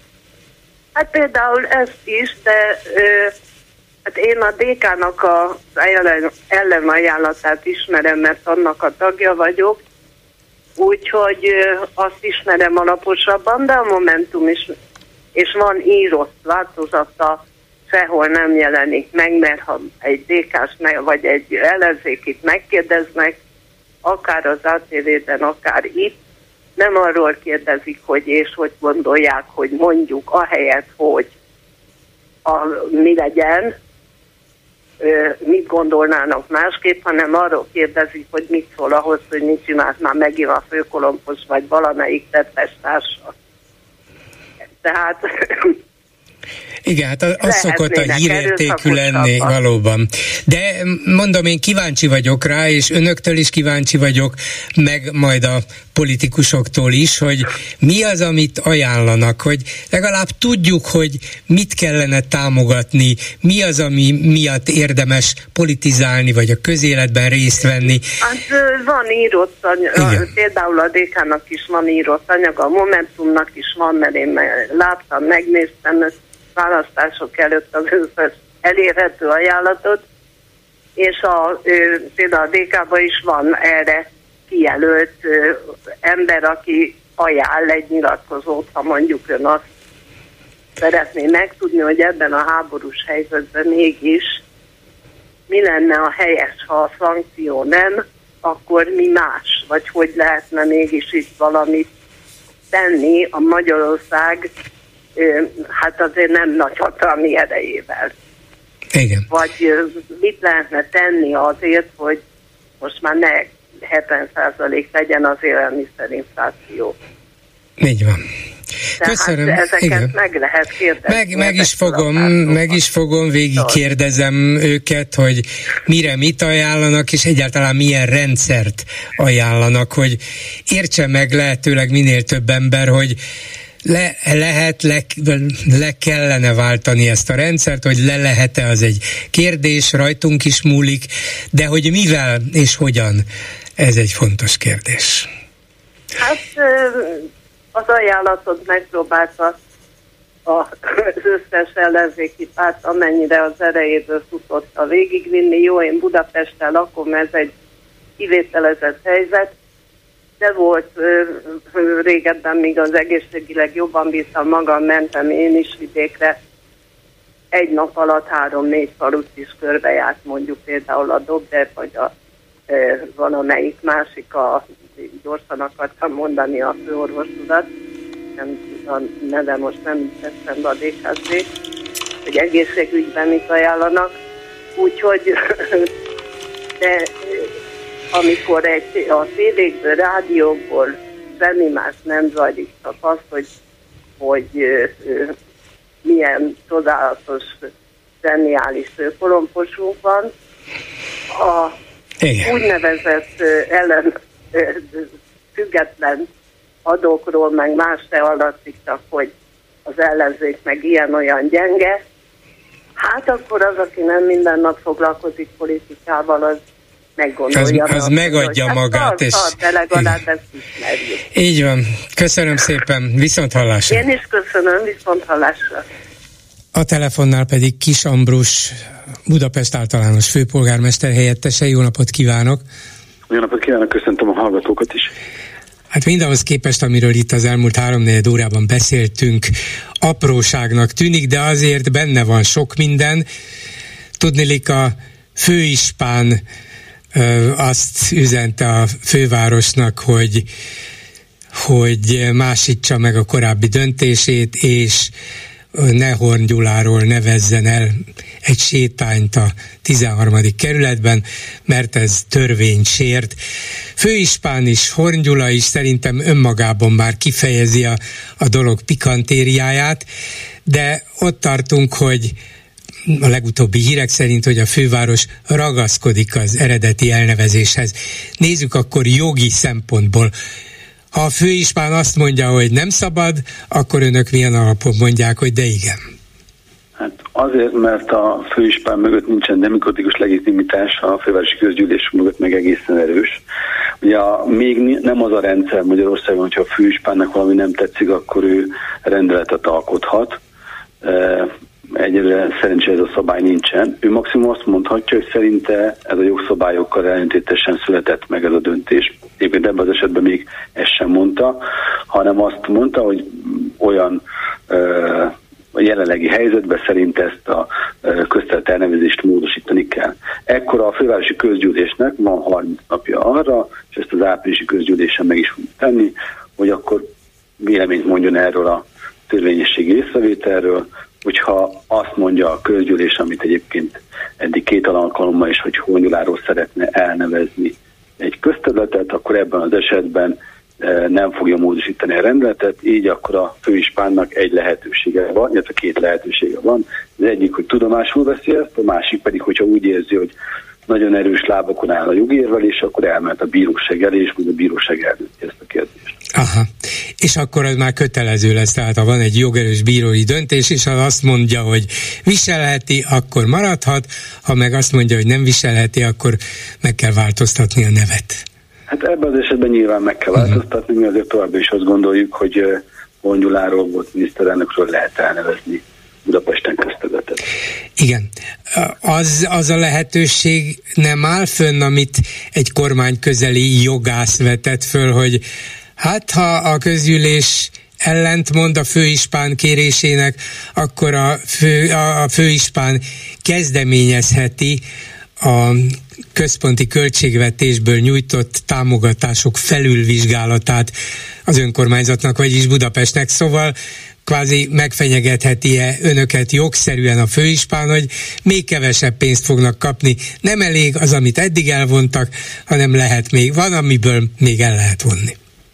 Hát például ezt is, de ö, hát én a dé ká-nak az ellen, ellenajánlatát ismerem, mert annak a tagja vagyok, úgyhogy ö, azt ismerem alaposabban, de a Momentum is, és van írott változata, sehol nem jelenik meg, mert ha egy dé ká-s vagy egy ellenzékit megkérdeznek, akár az á té vé-ben, akár itt, nem arról kérdezik, hogy és hogy gondolják, hogy mondjuk ahelyett, hogy a, mi legyen, ö, mit gondolnának másképp, hanem arról kérdezik, hogy mit szól ahhoz, hogy mit csinált már megint a Főkolompos, vagy valamelyik tettes társa. Tehát... Igen, hát az szokott a hírértékű lenni valóban. De mondom, én kíváncsi vagyok rá, és önöktől is kíváncsi vagyok, meg majd a politikusoktól is, hogy mi az, amit ajánlanak, hogy legalább tudjuk, hogy mit kellene támogatni, mi az, ami miatt érdemes politizálni, vagy a közéletben részt venni. Hát van írott anyag, például a dé ká-nak is van írott anyag, a Momentumnak is van, mert én láttam, megnéztem, választások előtt az összes elérhető ajánlatot, és a, például a dé ká-ban is van erre kijelölt ember, aki ajánl egy nyilatkozót, ha mondjuk ön azt szeretné megtudni, hogy ebben a háborús helyzetben mégis mi lenne a helyes, ha a szankció nem, akkor mi más, vagy hogy lehetne mégis itt valamit tenni a Magyarország hát azért nem nagy hatalmi erejével. Igen. Vagy mit lehetne tenni azért, hogy most már ne hetven százalék legyen az élelmiszerinfláció. Így van. Tehát köszönöm. ezeket igen. meg lehet kérdezni. Meg, meg is fogom, meg is fogom, végig kérdezem őket, hogy mire mit ajánlanak, és egyáltalán milyen rendszert ajánlanak, hogy értse meg lehetőleg minél több ember, hogy Le, lehet, le, le kellene váltani ezt a rendszert, hogy le lehet-e, az egy kérdés, rajtunk is múlik, de hogy mivel és hogyan, ez egy fontos kérdés. Hát az ajánlatot megpróbálta az összes ellenzéki párt, amennyire az erejéből futotta végigvinni. Jó, én Budapesten lakom, ez egy kivételezett helyzet, de volt ö, ö, régebben, míg az egészségileg jobban bírtam magam, mentem én is vidékre. Egy nap alatt három-négy falut is körbejárt, mondjuk például a Dobder, vagy a ö, valamelyik másik, a, gyorsan akartam mondani a főorvosulat, nem, a neve most nem teszem be a dé ká zé, hogy egészségügyben mit ajánlanak. Úgyhogy de amikor egy, a tévékből, rádiókból semmi más nem zajlik, csak az, hogy, hogy ö, ö, milyen csodálatos, zseniális kolompusunk van. A Igen. úgynevezett ö, ellen ö, független adókról, meg más se hallatszik, csak hogy az ellenzék meg ilyen-olyan gyenge. Hát akkor az, aki nem minden nap foglalkozik politikával, az meggondolja. Az, az nap, megadja hogy, magát. Hát, és tart, de legalább ezt ismerjük. Így van. Köszönöm szépen. Viszont hallásra. Én is köszönöm. Viszont hallásra. A telefonnál pedig Kis Ambrus, Budapest általános főpolgármester helyettese. Jó napot kívánok! Jó napot kívánok, köszöntöm a hallgatókat is. Hát mindahhoz képest, amiről itt az elmúlt háromnegyed órában beszéltünk, apróságnak tűnik, de azért benne van sok minden. Tudniillik, a főispán ö, azt üzente a fővárosnak, hogy, hogy másítsa meg a korábbi döntését, és ne Horn Gyuláról nevezzen el egy sétányt a tizenharmadik kerületben, mert ez törvényt sért. Főispán is, Horn Gyula is szerintem önmagában már kifejezi a, a dolog pikantériáját, de ott tartunk, hogy a legutóbbi hírek szerint, hogy a főváros ragaszkodik az eredeti elnevezéshez. Nézzük akkor jogi szempontból. Ha a főispán azt mondja, hogy nem szabad, akkor önök milyen alapon mondják, hogy de igen? Hát azért, mert a főispán mögött nincsen demokratikus legitimitás, a fővárosi közgyűlés mögött meg egészen erős. Ugye a, még nem az a rendszer Magyarországon, hogyha a főispánnak valami nem tetszik, akkor ő rendeletet alkothat. Egyelőre szerencsére ez a szabály nincsen. Ő maximum azt mondhatja, hogy szerinte ez a jogszabályokkal ellentétesen született meg ez a döntés. Egyébként ebben az esetben még ezt sem mondta, hanem azt mondta, hogy olyan ö, a jelenlegi helyzetben szerint ezt a ö, közterület elnevezést módosítani kell. Ekkor a fővárosi közgyűlésnek van harminc napja arra, és ezt az áprilisi közgyűlésen meg is fogjuk tenni, hogy akkor véleményt mondjon erről a törvényességi észrevételről, hogyha azt mondja a közgyűlés, amit egyébként eddig két alkalommal is, hogy Horn Gyuláról szeretne elnevezni egy közterületet, akkor ebben az esetben nem fogja módosítani a rendeletet, így akkor a főispánnak egy lehetősége van, illetve két lehetősége van. Az egyik, hogy tudomásul veszi ezt, a másik pedig, hogyha úgy érzi, hogy nagyon erős lábakon áll a jogérvelés, akkor elmehet a bíróság elé, és majd a bíróság eldönti ezt a kérdést. Aha. És akkor az már kötelező lesz, tehát ha van egy jogerős bírói döntés, és ha azt mondja, hogy viselheti, akkor maradhat, ha meg azt mondja, hogy nem viselheti, akkor meg kell változtatni a nevet. Hát ebben az esetben nyilván meg kell változtatni, mi azért továbbra is azt gondoljuk, hogy Horn Gyuláról volt miniszterelnökről lehet elnevezni Budapesten közterületet. Igen. Az, az a lehetőség nem áll fönn, amit egy kormányközeli jogász vetett föl, hogy hát ha a közgyűlés ellentmond a főispán kérésének, akkor a, fő, a, a főispán kezdeményezheti a központi költségvetésből nyújtott támogatások felülvizsgálatát az önkormányzatnak, vagyis Budapestnek. Szóval kvázi megfenyegetheti-e önöket jogszerűen a főispán, hogy még kevesebb pénzt fognak kapni. Nem elég az, amit eddig elvontak, hanem lehet még, van, amiből még el lehet vonni.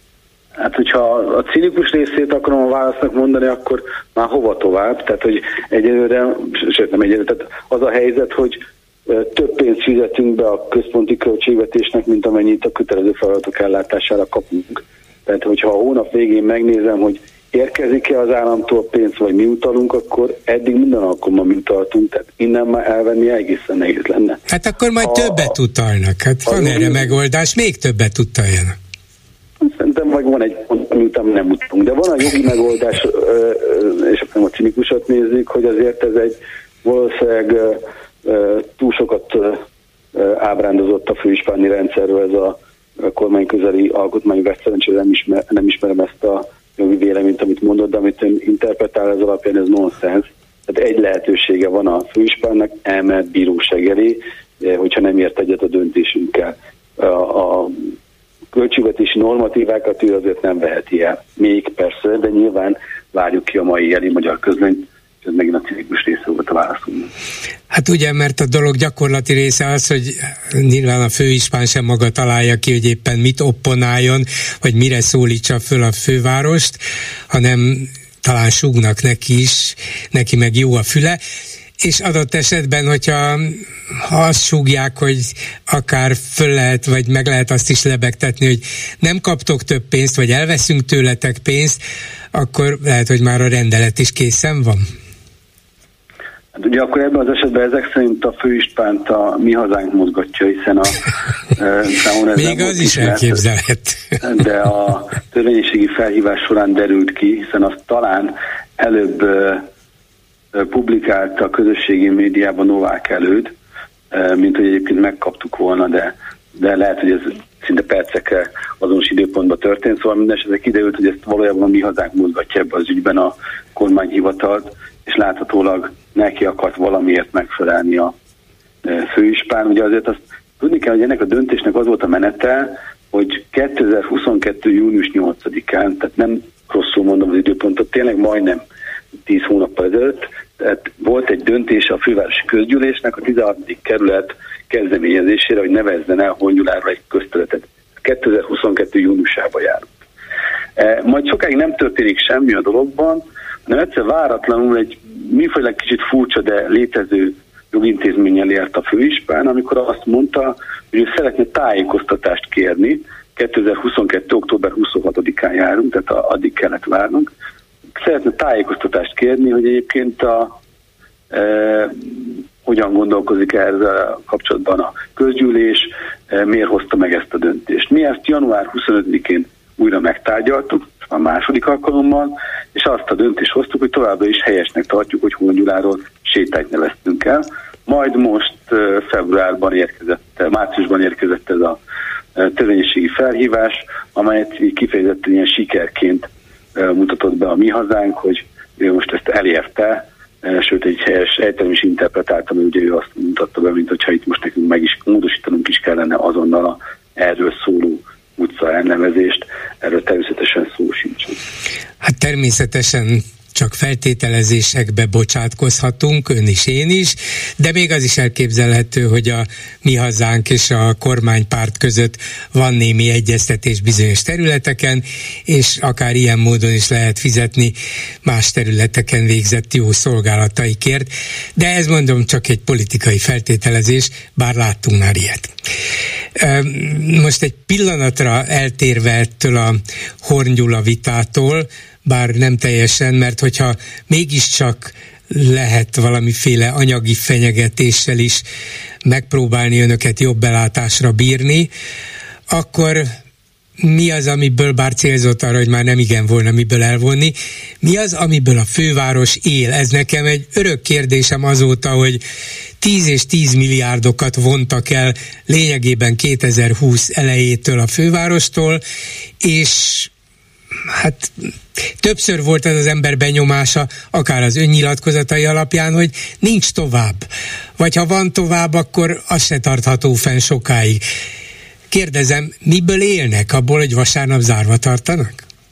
Hát, hogyha a cinikus részét akarom a válasznak mondani, akkor már hova tovább? Tehát, hogy egyelőre, sőt nem egyelőre, tehát az a helyzet, hogy több pénzt fizetünk be a központi költségvetésnek, mint amennyit a kötelező feladatok ellátására kapunk. Tehát, hogyha a hónap végén megnézem, hogy érkezik-e az államtól pénz, vagy mi utalunk, akkor eddig minden alkalommal mi utaltunk, tehát innen már elvenni egészen nehéz lenne. Hát akkor majd a, többet utalnak, hát van erre megoldás, még többet utaljanak. Szerintem majd van egy pont, miután nem utalunk, de van a jogi megoldás, és akkor nem a cinikusat nézzük, hogy azért ez egy valószínűleg túl sokat ábrándozott a főispáni rendszerről ez a kormányközeli alkotmányos, szerencsére nem, ismer, nem ismerem ezt a jogi véleményt, amit mondod, de amit ön interpretál, ez alapján ez nonsens. Tehát egy lehetősége van a főispánnak, elmehet bíróság elé, hogyha nem ért egyet a döntésünkkel. A, a költségvetési normatívákat ő azért nem veheti el. Még persze, de nyilván várjuk ki a mai Jeli Magyar Közlönyt, Ez megint a cinikus része volt a válaszomnak. Hát ugye, mert a dolog gyakorlati része az, hogy nyilván a főispán sem maga találja ki, hogy éppen mit opponáljon, vagy mire szólítsa föl a fővárost, hanem talán súgnak neki is, neki meg jó a füle, és adott esetben, hogyha ha azt súgják, hogy akár föl lehet, vagy meg lehet azt is lebegtetni, hogy nem kaptok több pénzt, vagy elveszünk tőletek pénzt, akkor lehet, hogy már a rendelet is készen van. Hát ugye akkor ebben az esetben ezek szerint a főispánt a Mi Hazánk mozgatja, hiszen a számon ez még az is elképzelhet. De a törvényességi felhívás során derült ki, hiszen azt talán előbb publikálta a közösségi médiában Novák Előd, mint hogy egyébként megkaptuk volna, de, de lehet, hogy ez szinte percekkel azonos időpontban történt, szóval minden esetre kiderült, hogy ezt valójában a Mi Hazánk mozgatja ebbe az ügyben a kormányhivatalt, és láthatólag neki akart valamiért megfelelni a főispán. Ugye azért azt tudni kell, hogy ennek a döntésnek az volt a menete, hogy kétezer-huszonkettő. június nyolcadikán, tehát nem rosszul mondom az időpontot, tényleg majdnem tíz hónappal ezelőtt, tehát volt egy döntés a fővárosi közgyűlésnek a tizenhatodik kerület kezdeményezésére, hogy nevezzen el Hongyuláról egy közterületet. kétezer-huszonkettő. júniusában járunk. E, majd sokáig nem történik semmi a dologban, hanem egyszer váratlanul egy mifajlag kicsit furcsa, de létező jogintézménnyel ért a főispán, amikor azt mondta, hogy ő szeretne tájékoztatást kérni, kétezer-huszonkettő. október huszonhatodikán járunk, tehát addig kellett várnunk, szeretne tájékoztatást kérni, hogy egyébként a, e, hogyan gondolkozik ezzel kapcsolatban a közgyűlés, e, miért hozta meg ezt a döntést. Mi ezt január huszonötödikén újra megtárgyaltuk, a második alkalommal, és azt a döntést hoztuk, hogy továbbra is helyesnek tartjuk, hogy Hongyuláról sétányt neveztünk el. Majd most e, februárban érkezett, márciusban érkezett ez a e, törvényességi felhívás, amelyet kifejezetten ilyen sikerként mutatott be a Mi Hazánk, hogy ő most ezt elérte, sőt egy helyes ejtelem is interpretáltam, hogy ugye ő azt mutatta be, mint hogyha itt most nekünk meg is módosítanunk is kellene azonnal a erről szóló utca elnevezést, erről természetesen szó sincs. Hát természetesen csak feltételezésekbe bocsátkozhatunk, ön is, én is, de még az is elképzelhető, hogy a Mi Hazánk és a kormánypárt között van némi egyeztetés bizonyos területeken, és akár ilyen módon is lehet fizetni más területeken végzett jó szolgálataikért, de ez mondom csak egy politikai feltételezés, bár láttunk már ilyet. Most egy pillanatra eltérve ettől a Horn Gyula vitától, bár nem teljesen, mert hogyha mégiscsak lehet valamiféle anyagi fenyegetéssel is megpróbálni önöket jobb belátásra bírni, akkor mi az, amiből bár célzott arra, hogy már nem igen volna miből elvonni, mi az, amiből a főváros él? Ez nekem egy örök kérdésem azóta, hogy tíz és tíz milliárdokat vontak el lényegében kétezer-húsz elejétől a fővárostól, és hát többször volt ez az ember benyomása, akár az önnyilatkozatai alapján, hogy nincs tovább. Vagy ha van tovább, akkor az se tartható fenn sokáig. Kérdezem, miből élnek? Abból, hogy vasárnap zárva tartanak?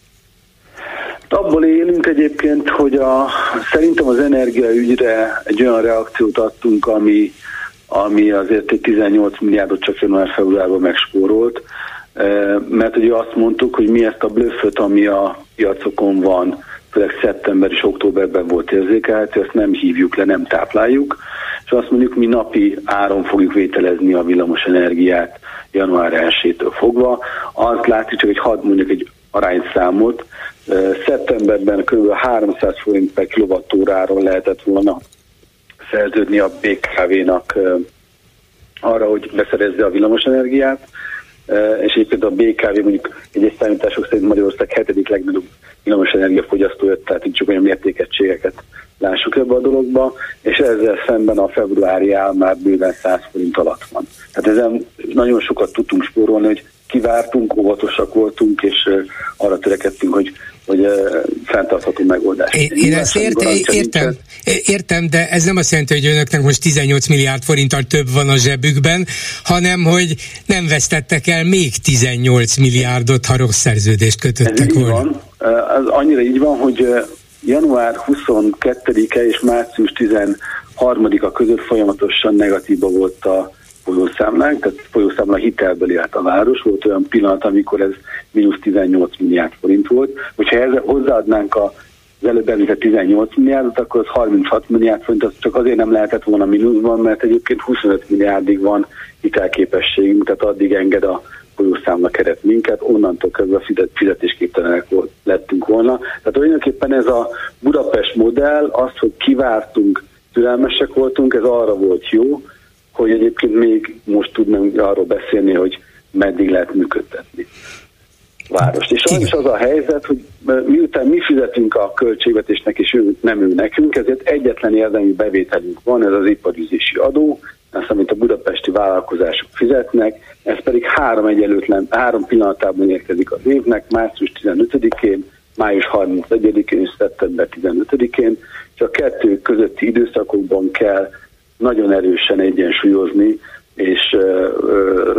Abból élünk egyébként, hogy a, szerintem az energiaügyre egy olyan reakciót adtunk, ami, ami azért egy tizennyolc milliárdot csak január-februárban megspórolt, mert ugye azt mondtuk, hogy mi ezt a blöfföt, ami a piacokon van, főleg szeptember és októberben volt érzékelhető, ezt nem hívjuk le, nem tápláljuk, és azt mondjuk, mi napi áron fogjuk vételezni a villamos energiát január elsejétől fogva. Azt látszik, csak egy hadd mondjuk egy arányszámot, szeptemberben kb. háromszáz forint per kilovattóráról lehetett volna szerződni a bé ká vé-nak arra, hogy beszerezze a villamos energiát, és egyébként a bé ká vé mondjuk egyes számítások szerint Magyarország hetedik legnagyobb villamos energiafogyasztója, tehát így csak olyan mértékegységeket lássuk ebbe a dologba, és ezzel szemben a februári ár már bőven száz forint alatt van. Tehát ezen nagyon sokat tudtunk spórolni, hogy kivártunk, óvatosak voltunk, és arra törekedtünk, hogy, hogy fenntartható megoldás. Én, én ezt érte, értem, értem, de ez nem azt jelenti, hogy önöknek most tizennyolc milliárd forinttal több van a zsebükben, hanem, hogy nem vesztettek el még tizennyolc milliárdot, ha rossz szerződést kötöttek ez volna. Van. Az annyira így van, hogy január huszonkettedike és március tizenharmadika között folyamatosan negatívba volt a folyószámlánk, tehát folyószámla hitelből élt a város. Volt olyan pillanat, amikor ez mínusz tizennyolc milliárd forint volt. Hogyha ezzel hozzáadnánk a az előbb említett tizennyolc milliárdot, akkor az harminchat milliárd forint, az csak azért nem lehetett volna mínuszban, mert egyébként huszonöt milliárdig van hitelképességünk, tehát addig enged a folyószámla keret minket, onnantól kezdve fizetésképtelenek lettünk volna. Tehát tulajdonképpen ez a Budapest modell, az, hogy kivártunk, türelmesek voltunk, ez arra volt jó, hogy egyébként még most tudnánk arról beszélni, hogy meddig lehet működtetni várost. És sajnos az a helyzet, hogy miután mi fizetünk a költségvetésnek, és ő, nem ő nekünk, ezért egyetlen érdemi bevételünk van, ez az iparűzési adó, azt, amit a budapesti vállalkozások fizetnek, ez pedig három egyenlőtlen, három pillanatában érkezik az évnek, március tizenötödikén, május harmincegyedikén és szeptember tizenötödikén, és a kettő közötti időszakokban kell nagyon erősen egyensúlyozni, és ö, ö,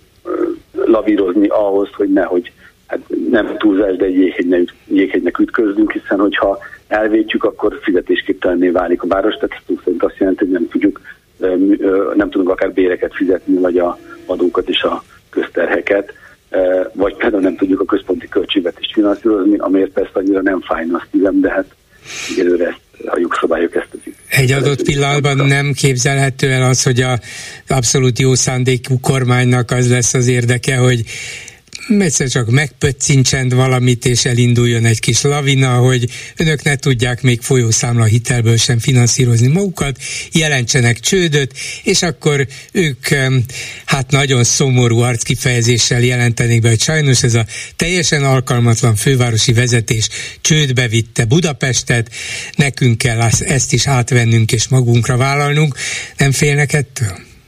lavírozni ahhoz, hogy nehogy hát nem túlzás, de egy jéghegynek, jéghegynek ütközünk, hiszen hogyha elvétjük, akkor fizetésképtelenné válik a város, tehát ez szerint azt jelenti, hogy nem tudjuk, nem tudunk akár béreket fizetni, vagy a adókat és a közterheket, vagy például nem tudjuk a központi költségvetést finanszírozni, amiért persze annyira nem fájna a szívem, de hát előre ezt a jogszabályok ezt teszik. Egy adott pillanatban nem képzelhető el az, hogy az abszolút jó szándékú kormánynak az lesz az érdeke, hogy egyszer csak megpöccincsen valamit, és elinduljon egy kis lavina, hogy önök ne tudják még folyószámla hitelből sem finanszírozni magukat, jelentsenek csődöt, és akkor ők hát nagyon szomorú arckifejezéssel jelentenék be, hogy sajnos ez a teljesen alkalmatlan fővárosi vezetés csődbe vitte Budapestet, nekünk kell ezt is átvennünk és magunkra vállalnunk. Nem félnek ettől?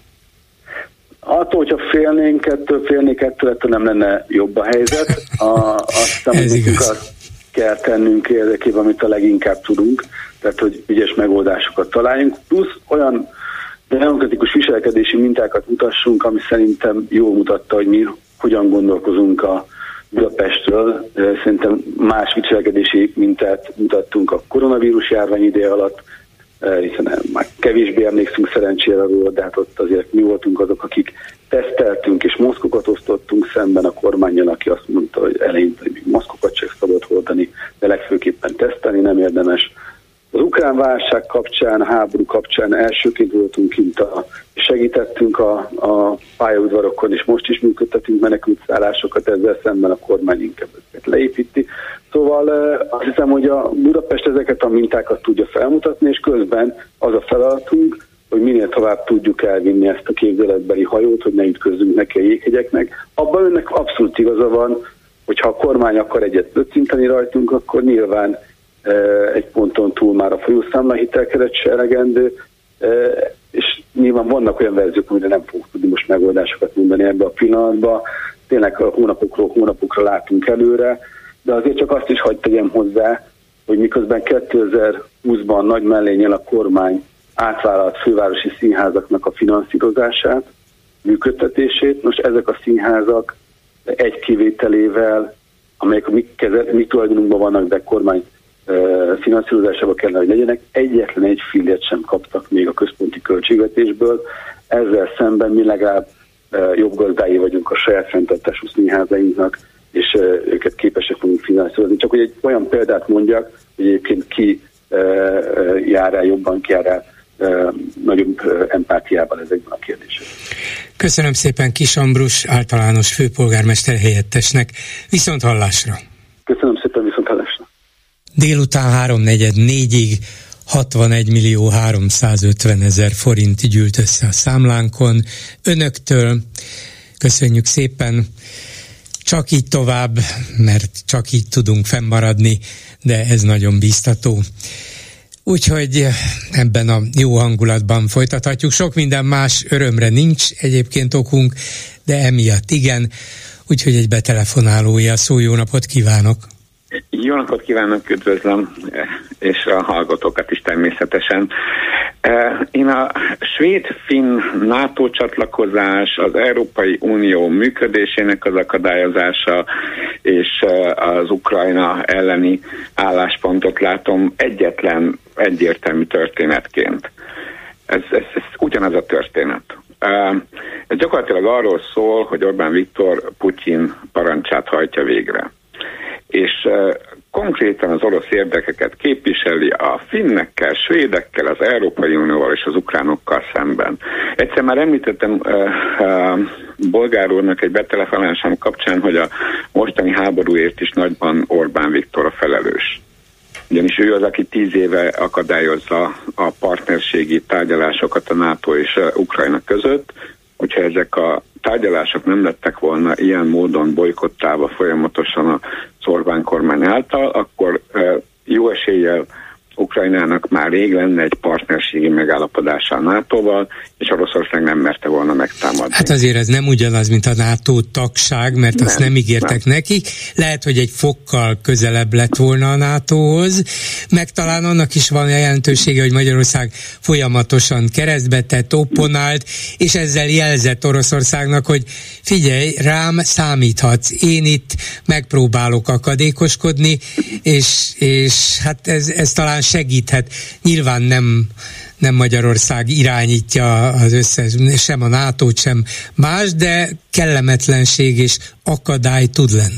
Attól, hogyha félnénk ettől, félnék ettől, ettől nem lenne jobb a helyzet. A, azt hiszem, hogy azt kell tennünk érdekében, amit a leginkább tudunk, tehát hogy ügyes megoldásokat találjunk, plusz olyan demokratikus viselkedési mintákat mutassunk, ami szerintem jól mutatta, hogy mi hogyan gondolkozunk a Budapestről. Szerintem más viselkedési mintát mutattunk a koronavírus járvány ideje alatt, hiszen már kevésbé emlékszünk szerencsére róla, de hát ott azért mi voltunk azok, akik teszteltünk és maszkokat osztottunk szemben a kormánnyal, aki azt mondta, hogy eleinte, hogy még maszkokat sem szabad hordani, de legfőképpen tesztelni nem érdemes. Az ukrán válság kapcsán, a háború kapcsán elsőként voltunk kint, a, segítettünk a, a pályaudvarokon, és most is működtetünk menekültszállásokat, ezzel szemben a kormány inkább ezeket leépíti. Szóval azt hiszem, hogy a Budapest ezeket a mintákat tudja felmutatni, és közben az a feladatunk, hogy minél tovább tudjuk elvinni ezt a képzeletbeli hajót, hogy ne ütközzünk neki a jéghegyeknek. Abban önnek abszolút igaza van, hogyha a kormány akar egyet pöccinteni rajtunk, akkor nyilván egy ponton túl már a folyószámla hitelkeret se elegendő, és nyilván vannak olyan verziók, amire nem fogunk tudni most megoldásokat mondani ebbe a pillanatban. Tényleg hónapokról hónapokra látunk előre, de azért csak azt is hadd tegyem hozzá, hogy miközben kétezer-húszban nagy mellényel a kormány átvállalt fővárosi színházaknak a finanszírozását, működtetését, most ezek a színházak egy kivételével, amelyek a mi, kezel, mi tulajdonunkban vannak, de kormány finanszírozásába kellene, hogy legyenek, egyetlen egy fillért sem kaptak még a központi költségvetésből. Ezzel szemben mi legalább jobb gazdái vagyunk a saját fenntartású színházainknak, és őket képesek vagyunk finanszírozni. Csak hogy egy olyan példát mondjak, hogy egyébként ki jár el jobban, ki jár el nagyobb empátiával ezekben a kérdésekben. Köszönöm szépen Kiss Ambrus általános főpolgármester helyettesnek. Viszont hallásra! Köszönöm szépen, viszont hallásra! Délután háromnegyed négyig hatvanegy millió háromszázötven ezer forint gyűlt össze a számlánkon önöktől. Köszönjük szépen! Csak így tovább, mert csak így tudunk fennmaradni, de ez nagyon bíztató. Úgyhogy ebben a jó hangulatban folytathatjuk. Sok minden más örömre nincs egyébként okunk, de emiatt igen. Úgyhogy egy betelefonálója szó, jó napot kívánok! Jó napot kívánok, üdvözlöm, és a hallgatókat is természetesen. Én a svéd-finn NATO csatlakozás, az Európai Unió működésének az akadályozása és az Ukrajna elleni álláspontot látom egyetlen egyértelmű történetként. Ez, ez, ez ugyanaz a történet. Ez gyakorlatilag arról szól, hogy Orbán Viktor Putyin parancsát hajtja végre. És konkrétan az orosz érdekeket képviseli a finnekkel, svédekkel, az Európai Unióval és az ukránokkal szemben. Egyszer már említettem uh, uh, Bolgár úrnak egy betelefonálásom kapcsán, hogy a mostani háborúért is nagyban Orbán Viktor a felelős. Ugyanis ő az, aki tíz éve akadályozza a partnerségi tárgyalásokat a NATO és uh, Ukrajna között, hogyha ezek a tárgyalások nem lettek volna ilyen módon bolykottálva folyamatosan az Orbán kormány által, akkor jó eséllyel Ukrajnának már rég lenne egy partnerségi megállapodása a nátóval, és Oroszország nem merte volna megtámadni. Hát azért ez nem ugyanaz, mint a NATO tagság, mert nem, azt nem ígértek nem. nekik. Lehet, hogy egy fokkal közelebb lett volna a nátóhoz, meg talán annak is van jelentősége, hogy Magyarország folyamatosan keresztbe tett, opponált, és ezzel jelzett Oroszországnak, hogy figyelj, rám számíthatsz, én itt megpróbálok akadékoskodni, és, és hát ez, ez talán segíthet. Nyilván nem, nem Magyarország irányítja az összes, sem a nátót, sem más, de kellemetlenség és akadály tud lenni.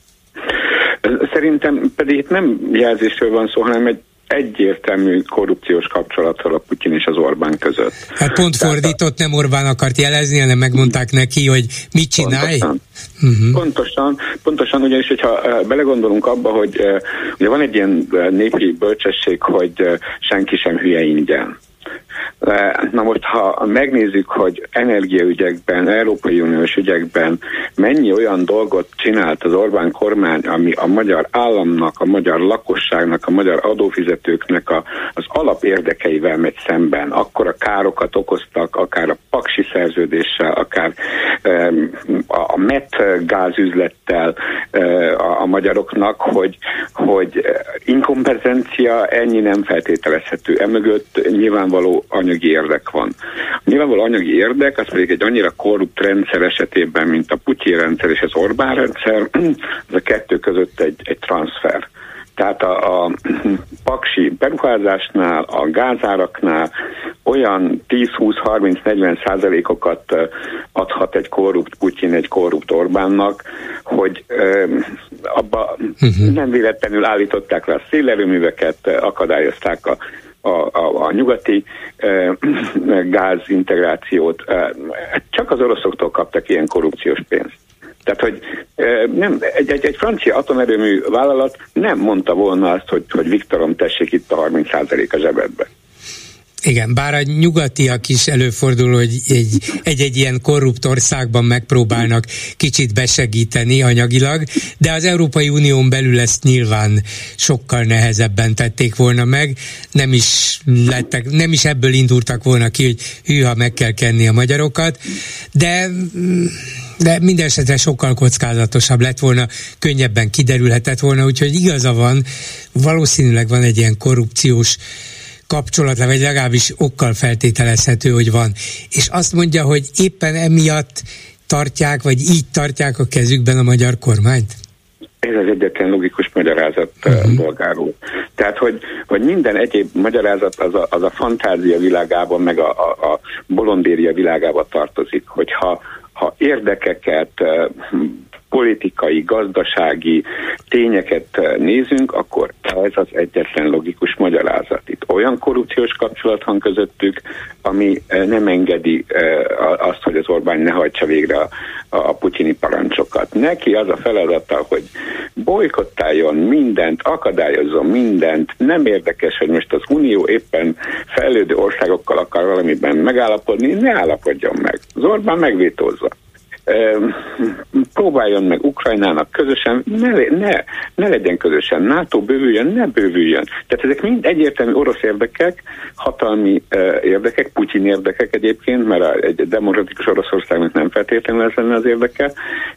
Szerintem pedig itt nem jelzésről van szó, hanem egy egyértelmű korrupciós kapcsolatról a Putyin és az Orbán között. Hát pont fordított, nem Orbán akart jelezni, hanem megmondták neki, hogy mit csinálj? Pontosan, uh-huh. pontosan, pontosan ugyanis, hogyha belegondolunk abba, hogy ugye van egy ilyen népi bölcsesség, hogy senki sem hülye ingyen. Na most, ha megnézzük, hogy energiaügyekben, Európai Uniós ügyekben mennyi olyan dolgot csinált az Orbán kormány, ami a magyar államnak, a magyar lakosságnak, a magyar adófizetőknek a, az alapérdekeivel megy szemben, akkor a károkat okoztak, akár a paksi szerződéssel, akár um, a met gázüzlettel uh, a, a magyaroknak, hogy, hogy inkompetencia ennyi nem feltételezhető. Emögött nyilvánvaló anyagi érdek van. Nyilvánvaló anyagi érdek, az pedig egy annyira korrupt rendszer esetében, mint a Putyin rendszer és az Orbán rendszer, az a kettő között egy, egy transfer. Tehát a, a paksi beruházásnál, a gázáraknál olyan tíz, húsz, harminc, negyven százalékokat adhat egy korrupt Putyin egy korrupt Orbánnak, hogy ö, abba uh-huh. nem véletlenül állították le a szélerőműveket, akadályozták a A, a, a nyugati e, gázintegrációt. E, csak az oroszoktól kaptak ilyen korrupciós pénzt. Tehát, hogy e, nem, egy, egy, egy francia atomerőmű vállalat nem mondta volna azt, hogy, hogy Viktorom, tessék itt a harminc százalék a zsebedbe. Igen, bár a nyugatiak is előfordul, hogy egy, egy-egy ilyen korrupt országban megpróbálnak kicsit besegíteni anyagilag, de az Európai Unión belül ezt nyilván sokkal nehezebben tették volna meg, nem is lettek, nem is ebből indultak volna ki, hogy hűha, meg kell kenni a magyarokat, de, de minden esetre sokkal kockázatosabb lett volna, könnyebben kiderülhetett volna, úgyhogy igaza van, valószínűleg van egy ilyen korrupciós kapcsolat, vagy legalábbis okkal feltételezhető, hogy van. És azt mondja, hogy éppen emiatt tartják, vagy így tartják a kezükben a magyar kormányt? Ez az egyetlen logikus magyarázat, uh-huh. Bolgár úr. Tehát, hogy, hogy minden egyéb magyarázat az a, az a fantázia világában, meg a, a, a bolondéria világába tartozik, hogyha ha érdekeket, politikai, gazdasági tényeket nézünk, akkor ez az egyetlen logikus magyarázat. Itt olyan korrupciós kapcsolat van közöttük, ami nem engedi azt, hogy az Orbán ne hajtsa végre a, a putyini parancsokat. Neki az a feladata, hogy bolykottáljon mindent, akadályozzon mindent, nem érdekes, hogy most az Unió éppen fejlődő országokkal akar valamiben megállapodni, ne állapodjon meg. Az Orbán megvétózza. próbáljon meg Ukrajnának közösen, ne, ne, ne legyen közösen, NATO bővüljön, ne bővüljön. Tehát ezek mind egyértelmű orosz érdekek, hatalmi érdekek, Putyin érdekek egyébként, mert egy demokratikus Oroszországnak nem feltétlenül ez lenne az érdeke,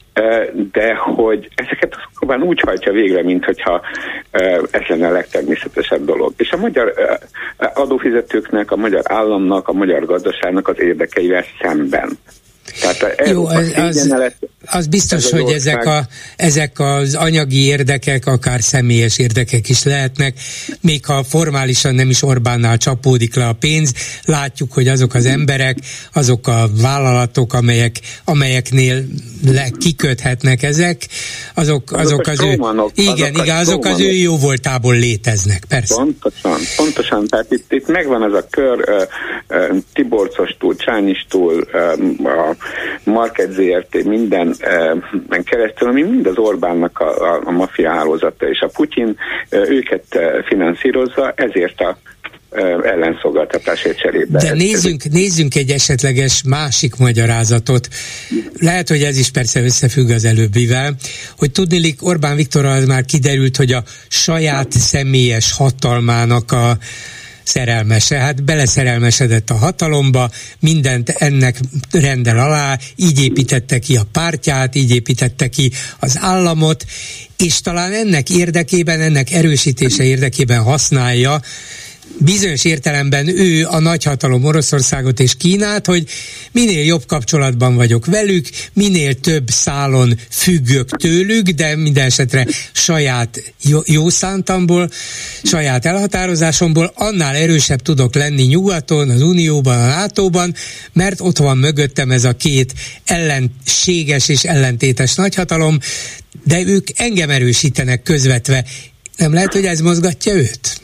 de hogy ezeket az Orbán úgy hajtja végre, mint hogyha ez lenne a legtermészetesebb dolog. És a magyar adófizetőknek, a magyar államnak, a magyar gazdaságnak az érdekeivel szemben. Tehát jó, az, az, az biztos, hogy ezek, a, ezek az anyagi érdekek, akár személyes érdekek is lehetnek, még ha formálisan nem is Orbánnál csapódik le a pénz, látjuk, hogy azok az emberek, azok a vállalatok, amelyek, amelyeknél le, kiköthetnek ezek, azok, azok az ő, igen, igen, azok az ő jó voltából léteznek, persze. Pontosan, pontosan, tehát itt, itt megvan ez a kör, uh, uh, Tiborcostól, Csányistól, uh, a Market zé er té minden uh, keresztül, ami mind az Orbánnak a, a, a maffia hálózata, és a Putyin uh, őket uh, finanszírozza, ezért a uh, ellenszolgáltatásért cserébe. De nézzünk, nézzünk egy esetleges másik magyarázatot. Lehet, hogy ez is persze összefügg az előbbivel, hogy tudniillik Orbán Viktorral már kiderült, hogy a saját személyes hatalmának a szerelmese, hát beleszerelmesedett a hatalomba, mindent ennek rendel alá, így építette ki a pártját, így építette ki az államot, és talán ennek érdekében, ennek erősítése érdekében használja bizonyos értelemben ő a nagyhatalom Oroszországot és Kínát, hogy minél jobb kapcsolatban vagyok velük, minél több szálon függök tőlük, de minden esetre saját jó, jó szántamból, saját elhatározásomból, annál erősebb tudok lenni nyugaton, az Unióban, a nátóban, mert ott van mögöttem ez a két ellenséges és ellentétes nagyhatalom, de ők engem erősítenek közvetve. Nem lehet, hogy ez mozgatja őt?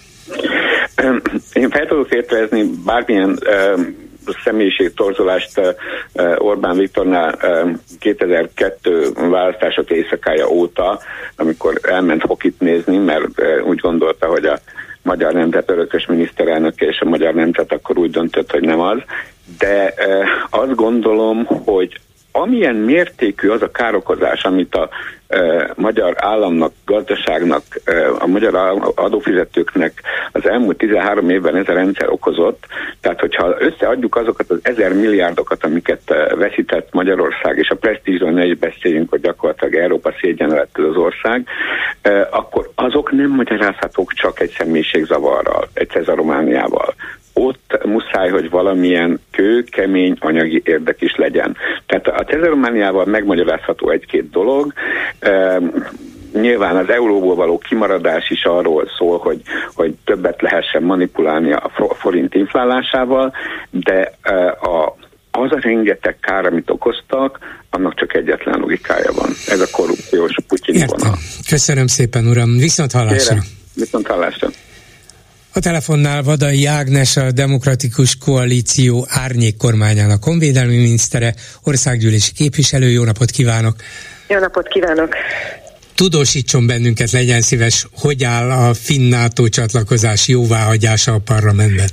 Én fel tudok értezni bármilyen uh, személyiségtorzolást uh, Orbán Viktornál uh, kétezer-kettő választások éjszakája óta, amikor elment hokit nézni, mert uh, úgy gondolta, hogy a magyar nemzet örökös miniszterelnöke és a magyar nemzet akkor úgy döntött, hogy nem az. De uh, azt gondolom, hogy amilyen mértékű az a károkozás, amit a e, magyar államnak, gazdaságnak, e, a magyar adófizetőknek az elmúlt tizenhárom évben ez a rendszer okozott, tehát hogyha összeadjuk azokat az ezer milliárdokat, amiket e, veszített Magyarország, és a presztízsről ne is beszéljünk, hogy gyakorlatilag Európa szégyen lett az ország, e, akkor azok nem magyarázhatók csak egy személyiségzavarral, egy cezaromániával. Ott muszáj, hogy valamilyen kő, kemény anyagi érdek is legyen. Tehát a cezaromániával megmagyarázható egy-két dolog. E, nyilván az euróból való kimaradás is arról szól, hogy, hogy többet lehessen manipulálni a forint inflálásával, de e, a, az a rengeteg kár, amit okoztak, annak csak egyetlen logikája van. Ez a korrupciós Putyin vonal. Köszönöm szépen, uram. Viszont hallásra. Kérem. Viszont hallásra. A telefonnál Vadai Ágnes, a Demokratikus Koalíció árnyék kormányának honvédelmi minisztere, országgyűlési képviselő. Jó napot kívánok! Jó napot kívánok! Tudósítson bennünket, legyen szíves, hogy áll a finn NATO csatlakozás jóváhagyása a parlamentben?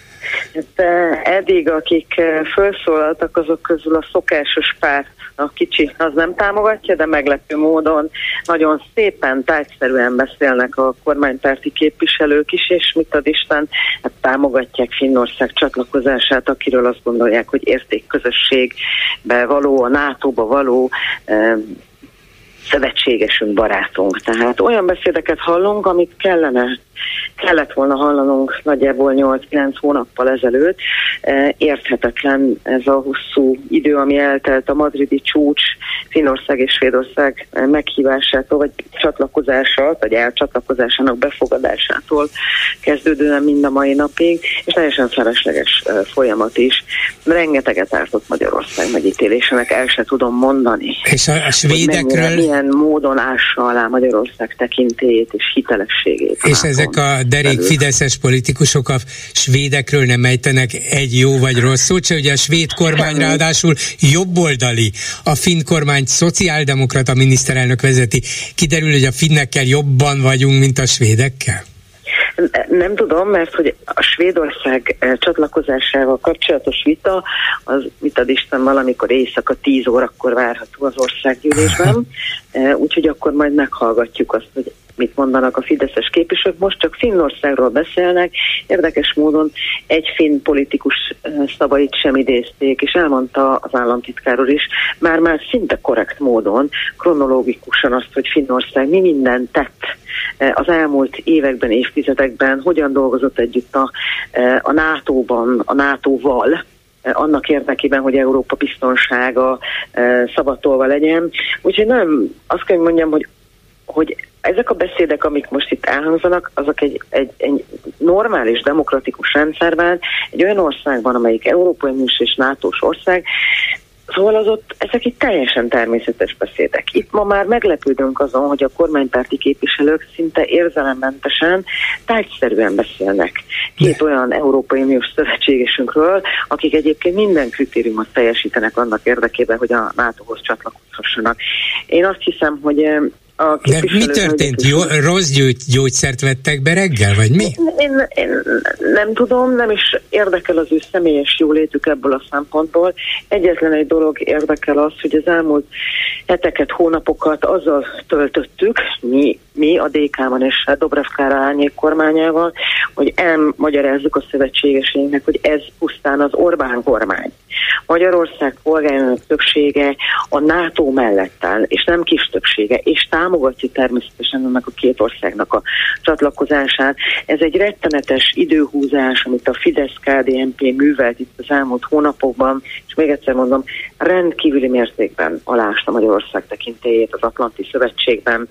De eddig, akik felszólaltak, azok közül a szokásos párt, a kicsi, az nem támogatja, de meglepő módon nagyon szépen, tárgyszerűen beszélnek a kormánypárti képviselők is, és mit ad Isten, hát támogatják Finnország csatlakozását, akiről azt gondolják, hogy értékközösségbe való, a nátóba való eh, szövetségesünk, barátunk. Tehát olyan beszédeket hallunk, amit kellene, kellett volna hallanunk nagyjából nyolc-kilenc hónappal ezelőtt. Érthetetlen ez a hosszú idő, ami eltelt a madridi csúcs Finnország és Svédország meghívásától, vagy csatlakozásától, vagy elcsatlakozásának befogadásától kezdődően mind a mai napig, és teljesen felesleges folyamat is. Rengeteget ártott Magyarország megítélésének, el se tudom mondani. És a, a svédekről... milyen módon ássa alá Magyarország tekintélyét és hitelességét. És ezek a derék fideszes politikusok a svédekről nem ejtenek egy jó vagy rossz szót, se ugye a svéd kormány ráadásul jobboldali, a finn kormányt szociáldemokrata miniszterelnök vezeti. Kiderül, hogy a finnekkel jobban vagyunk, mint a svédekkel? Nem tudom, mert hogy a Svédország csatlakozásával kapcsolatos vita, az mit ad Isten valamikor éjszaka tíz órakor várható az országgyűlésben, úgyhogy akkor majd meghallgatjuk azt, hogy mit mondanak a fideszes képviselők. Most csak Finnországról beszélnek, érdekes módon egy finn politikus szavait sem idézték, és elmondta az államtitkár úr is, már-már szinte korrekt módon, kronológikusan azt, hogy Finnország mi mindent tett az elmúlt években, évtizedekben, hogyan dolgozott együtt a, a nátóban, a nátóval, annak érdekében, hogy Európa biztonsága szavatolva legyen. Úgyhogy nem, azt kell mondjam, hogy, hogy ezek a beszédek, amik most itt elhangzanak, azok egy, egy, egy normális, demokratikus rendszerben, egy olyan országban, amelyik Európai Uniós és nátós ország, szóval az ott, ezek itt teljesen természetes beszédek. Itt ma már meglepődünk azon, hogy a kormánypárti képviselők szinte érzelemmentesen, tárgyszerűen beszélnek két olyan Európai Uniós szövetségesünkről, akik egyébként minden kritériumot teljesítenek annak érdekében, hogy a nátóhoz csatlakozhassanak. Én azt hiszem, hogy a de mi történt? Jó, rossz gyógy, gyógyszert vettek be reggel, vagy mi? Én, én, én nem tudom, nem is érdekel az ő személyes jólétük ebből a szempontból. Egyetlen egy dolog érdekel az, hogy az elmúlt heteket, hónapokat azzal töltöttük, mi, mi a dé ká-ban és a Dobrev Klára árnyék kormányával, hogy elmagyarázzuk a szövetségeseinknek, hogy ez pusztán az Orbán kormány. Magyarország polgárjának többsége a NATO mellett áll, és nem kis többsége, és támogatja természetesen ennek a két országnak a csatlakozását. Ez egy rettenetes időhúzás, amit a Fidesz-ká dé en pé művelt itt az elmúlt hónapokban, és még egyszer mondom, rendkívüli mértékben aláásta Magyarország tekintélyét az Atlanti Szövetségben.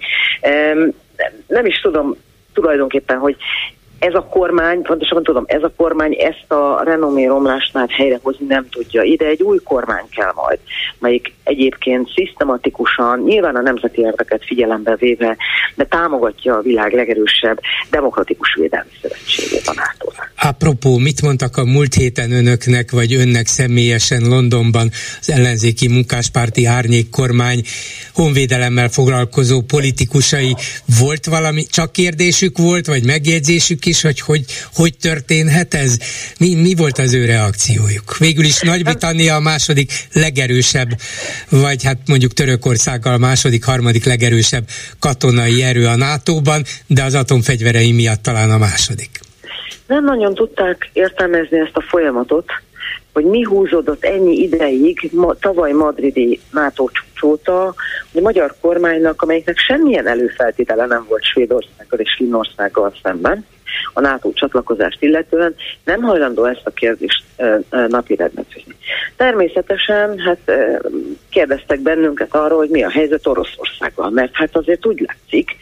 Nem is tudom tulajdonképpen, hogy ez a kormány, pontosabban tudom, ez a kormány ezt a renomé romlást már helyrehozni nem tudja. Ide egy új kormány kell majd, melyik egyébként szisztematikusan, nyilván a nemzeti érdeket figyelembe véve, de támogatja a világ legerősebb demokratikus védelmi szövetségét, a nátót. Apropó, mit mondtak a múlt héten önöknek, vagy önnek személyesen Londonban az ellenzéki munkáspárti árnyék kormány honvédelemmel foglalkozó politikusai? Volt valami, csak kérdésük volt, vagy megjegyzésük is, hogy hogy, hogy történhet ez? Mi, mi volt az ő reakciójuk? Végül is Nagy-Britannia a második legerősebb, vagy hát mondjuk Törökországgal a második, harmadik legerősebb katonai erő a nátóban, de az atomfegyverei miatt talán a második. Nem nagyon tudták értelmezni ezt a folyamatot, hogy mi húzódott ennyi ideig, ma, tavaly madridi NATO csúcsóta, hogy a magyar kormánynak, amelyiknek semmilyen előfeltétele nem volt Svédországgal és Finnországgal szemben, a NATO csatlakozást illetően nem hajlandó ezt a kérdést napirendre tűzni. Természetesen hát kérdeztek bennünket arról, hogy mi a helyzet Oroszországgal, mert hát azért úgy látszik,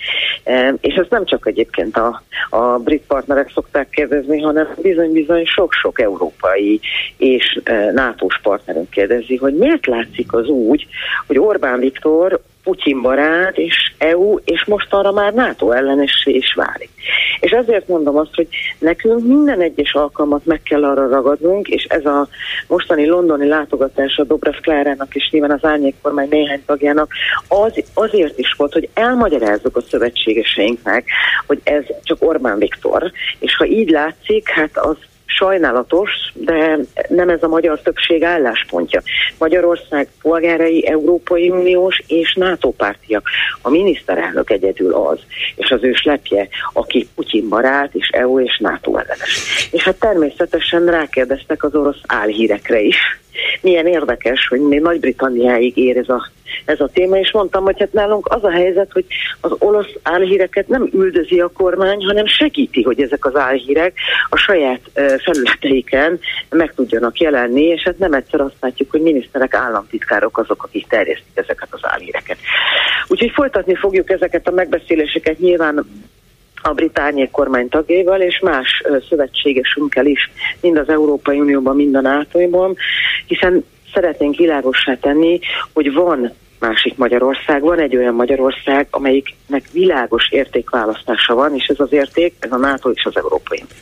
és ezt nem csak egyébként a, a brit partnerek szokták kérdezni, hanem bizony-bizony sok-sok európai és nátós partnerünk kérdezi, hogy miért látszik az úgy, hogy Orbán Viktor Putyin barát és é u, és mostanra már NATO ellenessé is válik. És ezért mondom azt, hogy nekünk minden egyes alkalmat meg kell arra ragadnunk, és ez a mostani londoni látogatás a Dobrev Klárának és nyilván az árnyékkormány néhány tagjának az, azért is volt, hogy elmagyarázzuk a szövetségeseinknek, hogy ez csak Orbán Viktor, és ha így látszik, hát az sajnálatos, de nem ez a magyar többség álláspontja. Magyarország polgárai Európai Uniós és NATO pártiak. A miniszterelnök egyedül az, és az ő slepje, aki Putyin barát, és é u és NATO ellenes. És hát természetesen rákérdeztek az orosz álhírekre is. Milyen érdekes, hogy még Nagy-Britanniáig ér ez a, ez a téma, és mondtam, hogy hát nálunk az a helyzet, hogy az orosz álhíreket nem üldözi a kormány, hanem segíti, hogy ezek az álhírek a saját uh, felületeiken meg tudjanak jelenni, és hát nem egyszer azt látjuk, hogy miniszterek, államtitkárok azok, akik terjesztik ezeket az álhíreket. Úgyhogy folytatni fogjuk ezeket a megbeszéléseket nyilván a brit árnyék kormány tagjaival és más ö, szövetségesünkkel is, mind az Európai Unióban, mind a nátóban, hiszen szeretnénk világossá tenni, hogy van másik Magyarország, van egy olyan Magyarország, amelyiknek világos értékválasztása van, és ez az érték, ez a NATO és az Európai Unió.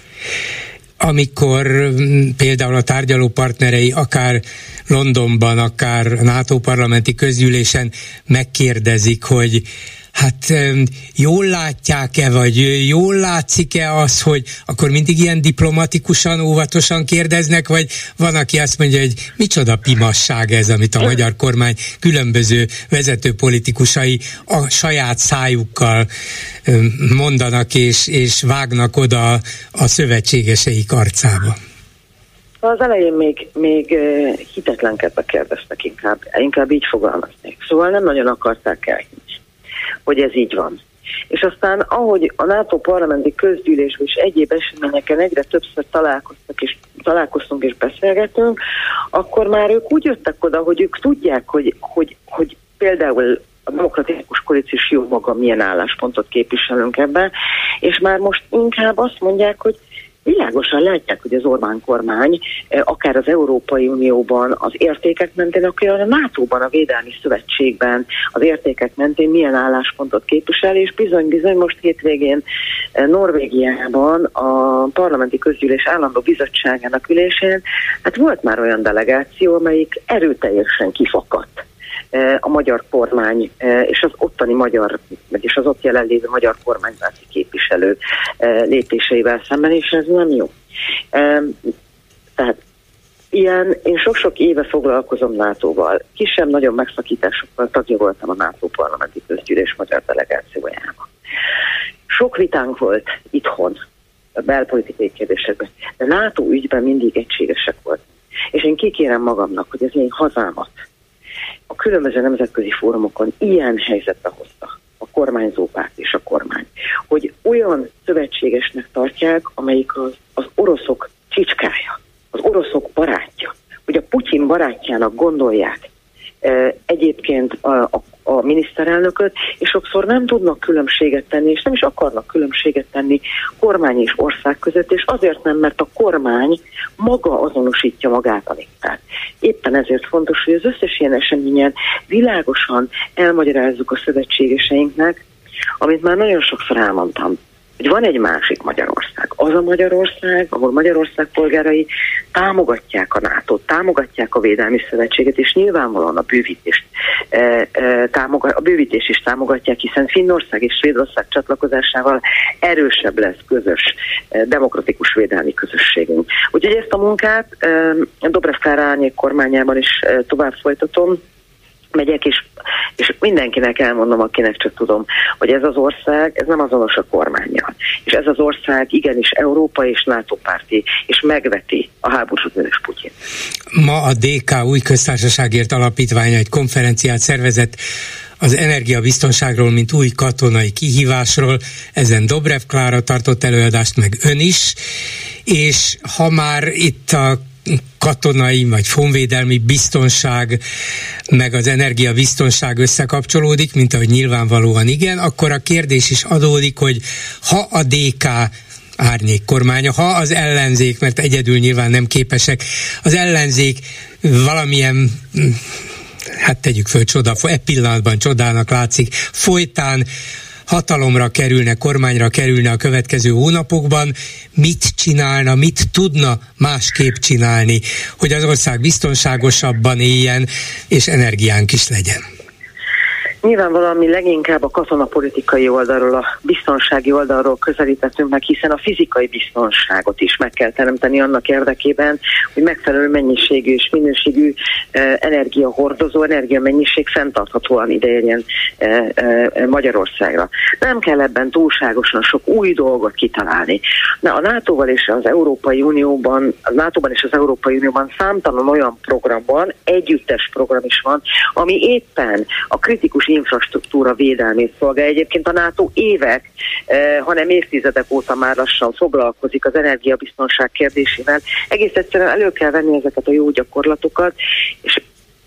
Amikor például a tárgyaló partnerei akár Londonban, akár NATO parlamenti közgyűlésen megkérdezik, hogy hát jól látják-e, vagy jól látszik-e az, hogy akkor mindig ilyen diplomatikusan, óvatosan kérdeznek, vagy van, aki azt mondja, hogy micsoda pimasság ez, amit a magyar kormány különböző vezető politikusai a saját szájukkal mondanak, és, és vágnak oda a szövetségeseik arcába. Az elején még, még hitetlenkedve kérdeztek, inkább, inkább így fogalmaznék. Szóval nem nagyon akarták elhinni, hogy ez így van. És aztán, ahogy a NATO parlamenti közgyűlésben és egyéb eseményeken egyre többször találkoztak és, találkoztunk és beszélgetünk, akkor már ők úgy jöttek oda, hogy ők tudják, hogy, hogy, hogy például a demokratikus koalíciós jó maga milyen álláspontot képviselünk ebben, és már most inkább azt mondják, hogy világosan látják, hogy az Orbán kormány akár az Európai Unióban az értékek mentén, akár a nátóban, a Védelmi Szövetségben az értékek mentén milyen álláspontot képvisel, és bizony-bizony most hétvégén Norvégiában a parlamenti közgyűlés állandó bizottságának ülésén, hát volt már olyan delegáció, amelyik erőteljesen kifakadt a magyar kormány és az ottani magyar, vagyis az ott jelenlévő magyar kormányzási képviselő lépéseivel szemben, és ez nem jó. Tehát ilyen, én sok-sok éve foglalkozom nátóval, kisebb-nagyobb megszakításokkal tagja voltam a NATO parlamenti közgyűlés magyar delegációjában. Sok vitánk volt itthon, a belpolitikai kérdésekben, de NATO ügyben mindig egységesek voltunk. És én kikérem magamnak, hogy az én hazámat a különböző nemzetközi fórumokon ilyen helyzetbe hozta a kormányzó párt és a kormány, hogy olyan szövetségesnek tartják, amelyik az, az oroszok csicskája, az oroszok barátja, hogy a Putyin barátjának gondolják e, egyébként a, a, a miniszterelnököt, és sokszor nem tudnak különbséget tenni, és nem is akarnak különbséget tenni kormány és ország között, és azért nem, mert a kormány maga azonosítja magát a néppel. Éppen ezért fontos, hogy az összes ilyen eseményen világosan elmagyarázzuk a szövetségeseinknek, amit már nagyon sokszor elmondtam, hogy van egy másik Magyarország. Az a Magyarország, ahol Magyarország polgárai támogatják a nátót, támogatják a Védelmi Szövetséget, és nyilvánvalóan a bővítést, e, e, támogat, a bővítés is támogatják, hiszen Finnország és Svédország csatlakozásával erősebb lesz közös e, demokratikus védelmi közösségünk. Úgyhogy ezt a munkát e, Dobrev Klára árnyék kormányában is e, tovább folytatom, megyek, és, és mindenkinek elmondom, akinek csak tudom, hogy ez az ország, ez nem azonos a kormánnyal. És ez az ország igenis Európa és NATO párti, és megveti a háborús bűnös Putyin. Ma a dé ká Új Köztársaságért Alapítványa egy konferenciát szervezett az energiabiztonságról, mint új katonai kihívásról. Ezen Dobrev Klára tartott előadást, meg ön is, és ha már itt a katonai vagy honvédelmi biztonság meg az energiabiztonság összekapcsolódik, mint ahogy nyilvánvalóan igen, akkor a kérdés is adódik, hogy ha a dé ká árnyék kormánya, ha az ellenzék, mert egyedül nyilván nem képesek, az ellenzék valamilyen, hát tegyük föl, csoda, e pillanatban csodának látszik, folytán hatalomra kerülne, kormányra kerülne a következő hónapokban, mit csinálna, mit tudna másképp csinálni, hogy az ország biztonságosabban éljen, és energiánk is legyen? Nyilvánvalóan mi leginkább a katonapolitikai oldalról, a biztonsági oldalról közelítettünk meg, hiszen a fizikai biztonságot is meg kell teremteni annak érdekében, hogy megfelelő mennyiségű és minőségű eh, energiahordozó, energiamennyiség fenntarthatóan ideérjen eh, eh, Magyarországra. Nem kell ebben túlságosan sok új dolgot kitalálni. Na, a nátóval és az Európai Unióban, a nátóban és az Európai Unióban számtalan olyan program van, együttes program is van, ami éppen a kritikus infrastruktúra védelmét szolgál. Egyébként a NATO évek, eh, hanem évtizedek óta már lassan foglalkozik az energiabiztonság kérdésével. Egész egyszerűen elő kell venni ezeket a jó gyakorlatokat, és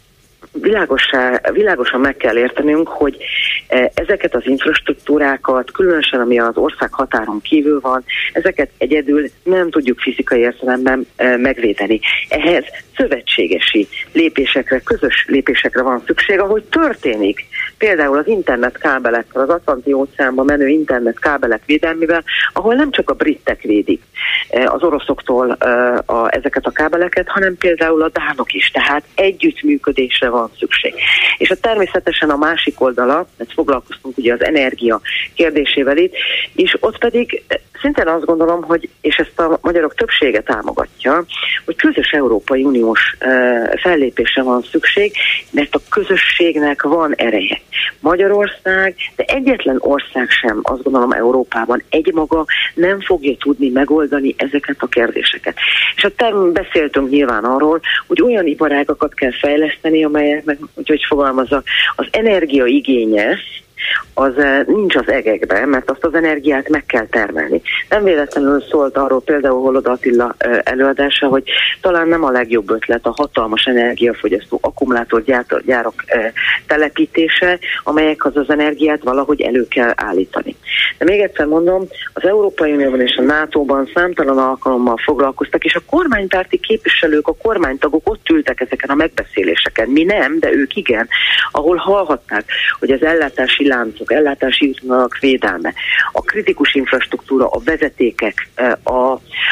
Világosá, világosan meg kell értenünk, hogy ezeket az infrastruktúrákat, különösen ami az ország határon kívül van, ezeket egyedül nem tudjuk fizikai értelemben megvédeni. Ehhez szövetségesi lépésekre, közös lépésekre van szükség, ahogy történik. Például az internetkábelekkel, az Atlanti óceánban menő internetkábelek védelmével, ahol nem csak a britek védik az oroszoktól a, ezeket a kábeleket, hanem például a dánok is, tehát együttműködésre van szükség. És a természetesen a másik oldala, mert foglalkoztunk ugye az energia kérdésével itt, és ott pedig szintén azt gondolom, hogy, és ezt a magyarok többsége támogatja, hogy közös Európai Uniós fellépésre van szükség, mert a közösségnek van ereje. Magyarország, de egyetlen ország sem, azt gondolom Európában egymaga nem fogja tudni megoldani ezeket a kérdéseket. És a term beszéltünk nyilván arról, hogy olyan iparágakat kell fejleszteni, amelyeknek, hogy fogalmazza, az energiaigényes, az nincs az egekben, mert azt az energiát meg kell termelni. Nem véletlenül szólt arról például Holoda Attila előadása, hogy talán nem a legjobb ötlet a hatalmas energiafogyasztó akkumulátorgyárak telepítése, amelyekhez az energiát valahogy elő kell állítani. De még egyszer mondom, az Európai Unióban és a nátóban számtalan alkalommal foglalkoztak, és a kormánypárti képviselők, a kormánytagok ott ültek ezeken a megbeszéléseken. Mi nem, de ők igen, ahol hallhatták, hogy az ellátási láncok, ellátási útvonalak védelme, a kritikus infrastruktúra, a vezetékek, a,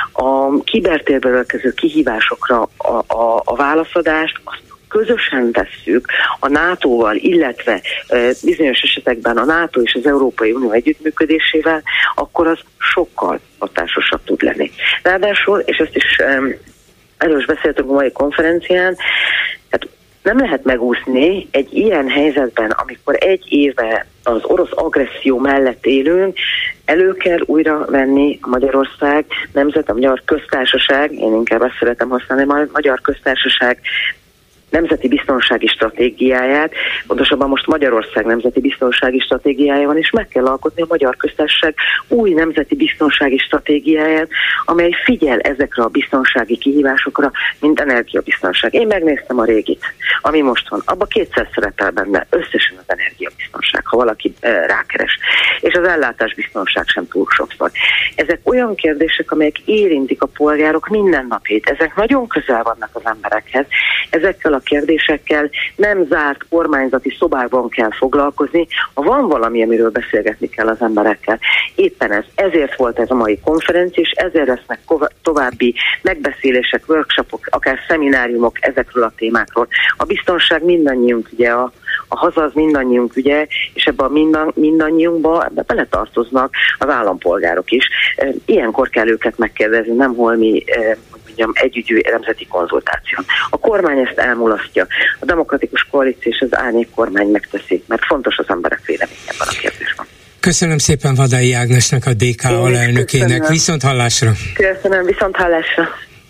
a kibertérben érkező kihívásokra a, a, a válaszadást, azt közösen tesszük a nátóval, illetve e, bizonyos esetekben a NATO és az Európai Unió együttműködésével, akkor az sokkal hatásosabb tud lenni. Ráadásul, és ezt is e, erről is beszéltünk a mai konferencián, hát nem lehet megúszni egy ilyen helyzetben, amikor egy éve az orosz agresszió mellett élünk, elő kell újra venni a Magyarország nemzet, a Magyar Köztársaság, én inkább ezt szeretem használni, a Magyar Köztársaság nemzeti biztonsági stratégiáját, pontosabban most Magyarország nemzeti biztonsági stratégiája van, és meg kell alkotni a Magyar Köztársaság új nemzeti biztonsági stratégiáját, amely figyel ezekre a biztonsági kihívásokra, mint energiabiztonság. Én megnéztem a régit, ami most van. Abba kétszer szerepel benne összesen az energiabiztonság, ha valaki e, rákeres. És az ellátásbiztonság sem túl sokszor. Ezek olyan kérdések, amelyek érintik a polgárok mindennapjait. Ezek nagyon közel vannak az emberekhez. Ezekkel a kérdésekkel nem zárt kormányzati szobákban kell foglalkozni, ha van valami, amiről beszélgetni kell az emberekkel. Éppen ez. Ezért volt ez a mai konferencia, és ezért lesznek további megbeszélések, workshopok, akár szemináriumok ezekről a témákról. A biztonság mindannyiunk ügye, a, a haza az mindannyiunk ügye, és ebben a mindan, mindannyiunkba ebbe beletartoznak az állampolgárok is. Ilyenkor kell őket megkérdezni, nem holmi mondjam, együgyű nemzeti konzultáción. A kormány ezt elmulasztja. A demokratikus koalíció és az árnyék kormány megteszi, mert fontos az emberek véleménye ebben a kérdésben. Köszönöm szépen Vadai Ágnesnek, a dé ká alelnökének. Viszont hallásra. Köszönöm, viszont hallásra.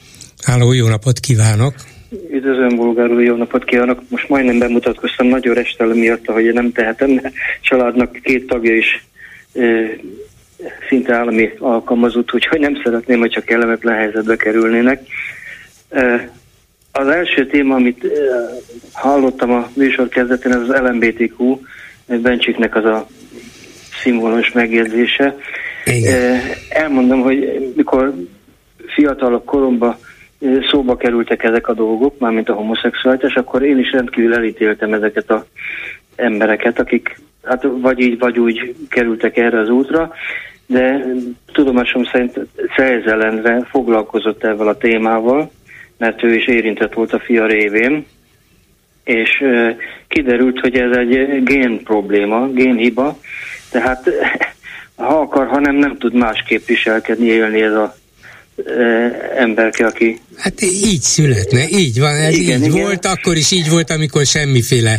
Háló, jó napot kívánok. Üdvözlöm, Bolgár úr, jó napot kívánok. Most majdnem bemutatkoztam nagyon restelő miatt, ahogy nem tehetem, mert családnak két tagja is e, szinte állami alkalmazott, úgyhogy nem szeretném, hogyha kellemetlen helyzetbe kerülnének. E, az első téma, amit e, hallottam a műsor kezdetén, ez az el em bé té kú, Bencsiknek az a színvonalos megjegyzése. E, elmondom, hogy mikor fiatalabb koromban szóba kerültek ezek a dolgok, mármint a homoszexualitás, akkor én is rendkívül elítéltem ezeket az embereket, akik hát vagy így, vagy úgy kerültek erre az útra, de tudomásom szerint Szejezelenre foglalkozott ezzel a témával, mert ő is érintett volt a fia révén, és uh, kiderült, hogy ez egy gén probléma, génhiba, tehát ha akar, ha nem, nem tud másképp viselkedni, élni ez a emberke, aki... Hát így születne, így van, ez igen, így igen. volt, akkor is így volt, amikor semmiféle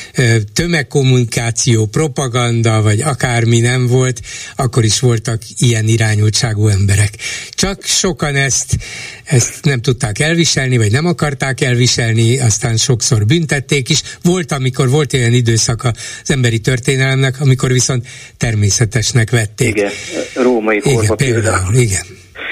tömegkommunikáció, propaganda, vagy akármi nem volt, akkor is voltak ilyen irányultságú emberek. Csak sokan ezt, ezt nem tudták elviselni, vagy nem akarták elviselni, aztán sokszor büntették is. Volt, amikor volt olyan időszak az emberi történelemnek, amikor viszont természetesnek vették. Igen, római korban például. Igen.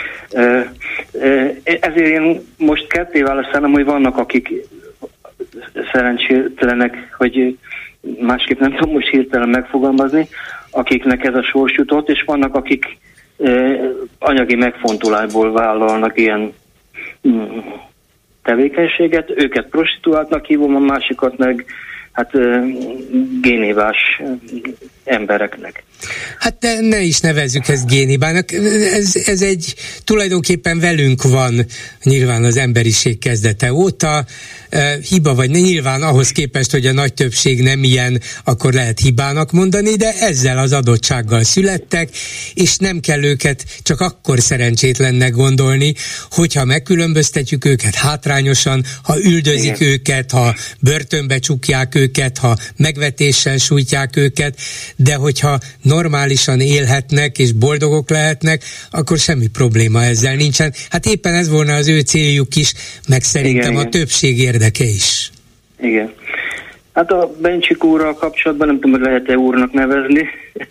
Ezért én most ketté választanom, hogy vannak, akik szerencsétlenek, hogy másképp nem tudom most hirtelen megfogalmazni, akiknek ez a sors jutott, és vannak, akik anyagi megfontolásból vállalnak ilyen tevékenységet, őket prostituáltnak hívom, a másikat meg hát génévás embereknek. Hát ne, ne is nevezzük ezt génhibának, ez, ez egy tulajdonképpen velünk van nyilván az emberiség kezdete óta, e, hiba vagy nyilván ahhoz képest, hogy a nagy többség nem ilyen, akkor lehet hibának mondani, de ezzel az adottsággal születtek, és nem kell őket csak akkor szerencsétlennek gondolni, hogyha megkülönböztetjük őket hátrányosan, ha üldözik Igen. őket, ha börtönbe csukják őket, ha megvetéssel sújtják őket, de hogyha normálisan élhetnek és boldogok lehetnek, akkor semmi probléma ezzel nincsen. Hát éppen ez volna az ő céljuk is, meg szerintem igen, a igen. többség érdeke is. Igen. Hát a Bencsik úrral kapcsolatban nem tudom, hogy lehet-e úrnak nevezni.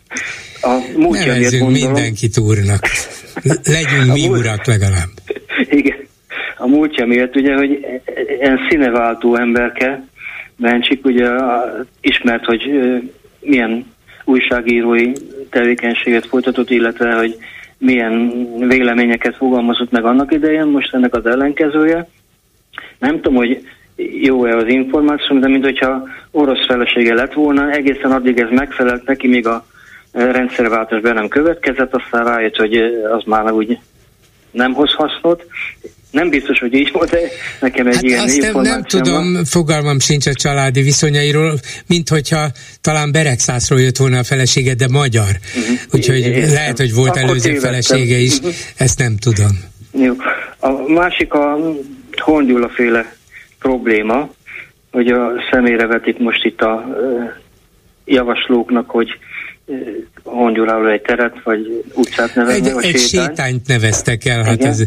A Nevezzünk mindenkit úrnak. Legyünk mi múlt... urak legalább. Igen. A múltja miatt ugye, hogy ilyen színeváltó emberke, Bencsik ugye ismert, hogy milyen újságírói tevékenységet folytatott, illetve hogy milyen véleményeket fogalmazott meg annak idején, most ennek az ellenkezője. Nem tudom, hogy jó-e az információ, de mint hogyha orosz felesége lett volna, egészen addig ez megfelelt neki, míg a rendszerváltás be nem következett, aztán rájött, hogy az már úgy nem hoz hasznot. Nem biztos, hogy így volt, de nekem egy hát ilyen információ. Nem, nem tudom, van. Fogalmam sincs a családi viszonyairól, mint hogyha talán Beregszászról jött volna a felesége, de magyar. Uh-huh. Úgyhogy é, lehet, hogy volt előző tévedtem. Felesége is, uh-huh. ezt nem tudom. Jó. A másik a Horn Gyula féle probléma, hogy a személyre vetik most itt a uh, javaslóknak, hogy uh, Horn Gyuláról egy teret, vagy utcát nevezni, egy, vagy egy sétányt. sétányt neveztek el, hát ez...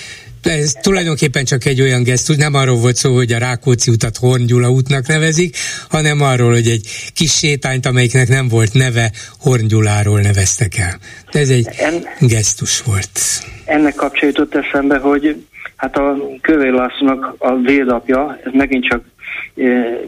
Ez tulajdonképpen csak egy olyan gesztus, nem arról volt szó, hogy a Rákóczi utat Horn Gyula útnak nevezik, hanem arról, hogy egy kis sétányt, amelyiknek nem volt neve, Horn Gyuláról neveztek el. De ez egy en, gesztus volt. Ennek kapcsán jutott eszembe, hogy hát a Kövér Lászlónak a dédapja, ez megint csak e,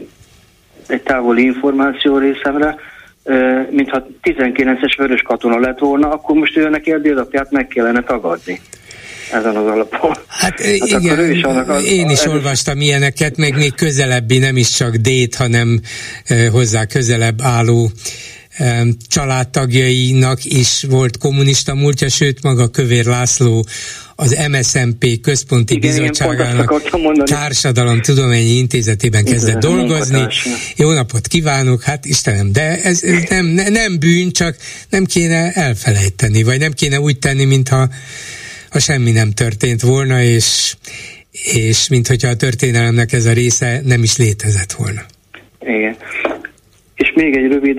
egy távoli információ részemre, e, mintha tizenkilences vörös katona lett volna, akkor most ő neki a dédapját meg kellene tagadni. Ezen az alapon. Hát, hát igen, is az, én is az olvastam ilyeneket, meg még közelebbi, nem is csak D-t, hanem e, hozzá közelebb álló e, családtagjainak is volt kommunista múltja, sőt maga Kövér László az em es zé en pé központi igen, bizottságának Társadalomtudományi Intézetében kezdett dolgozni. Jó napot kívánok, hát Istenem, de ez, ez nem, nem bűn, csak nem kéne elfelejteni, vagy nem kéne úgy tenni, mintha ha semmi nem történt volna, és, és mint hogyha a történelemnek ez a része nem is létezett volna. Igen. És még egy rövid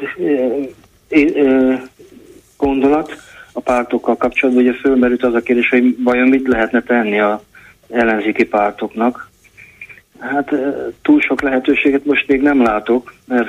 gondolat a pártokkal kapcsolatban, ugye fölmerült az a kérdés, hogy vajon mit lehetne tenni az ellenzéki pártoknak. Hát túl sok lehetőséget most még nem látok, mert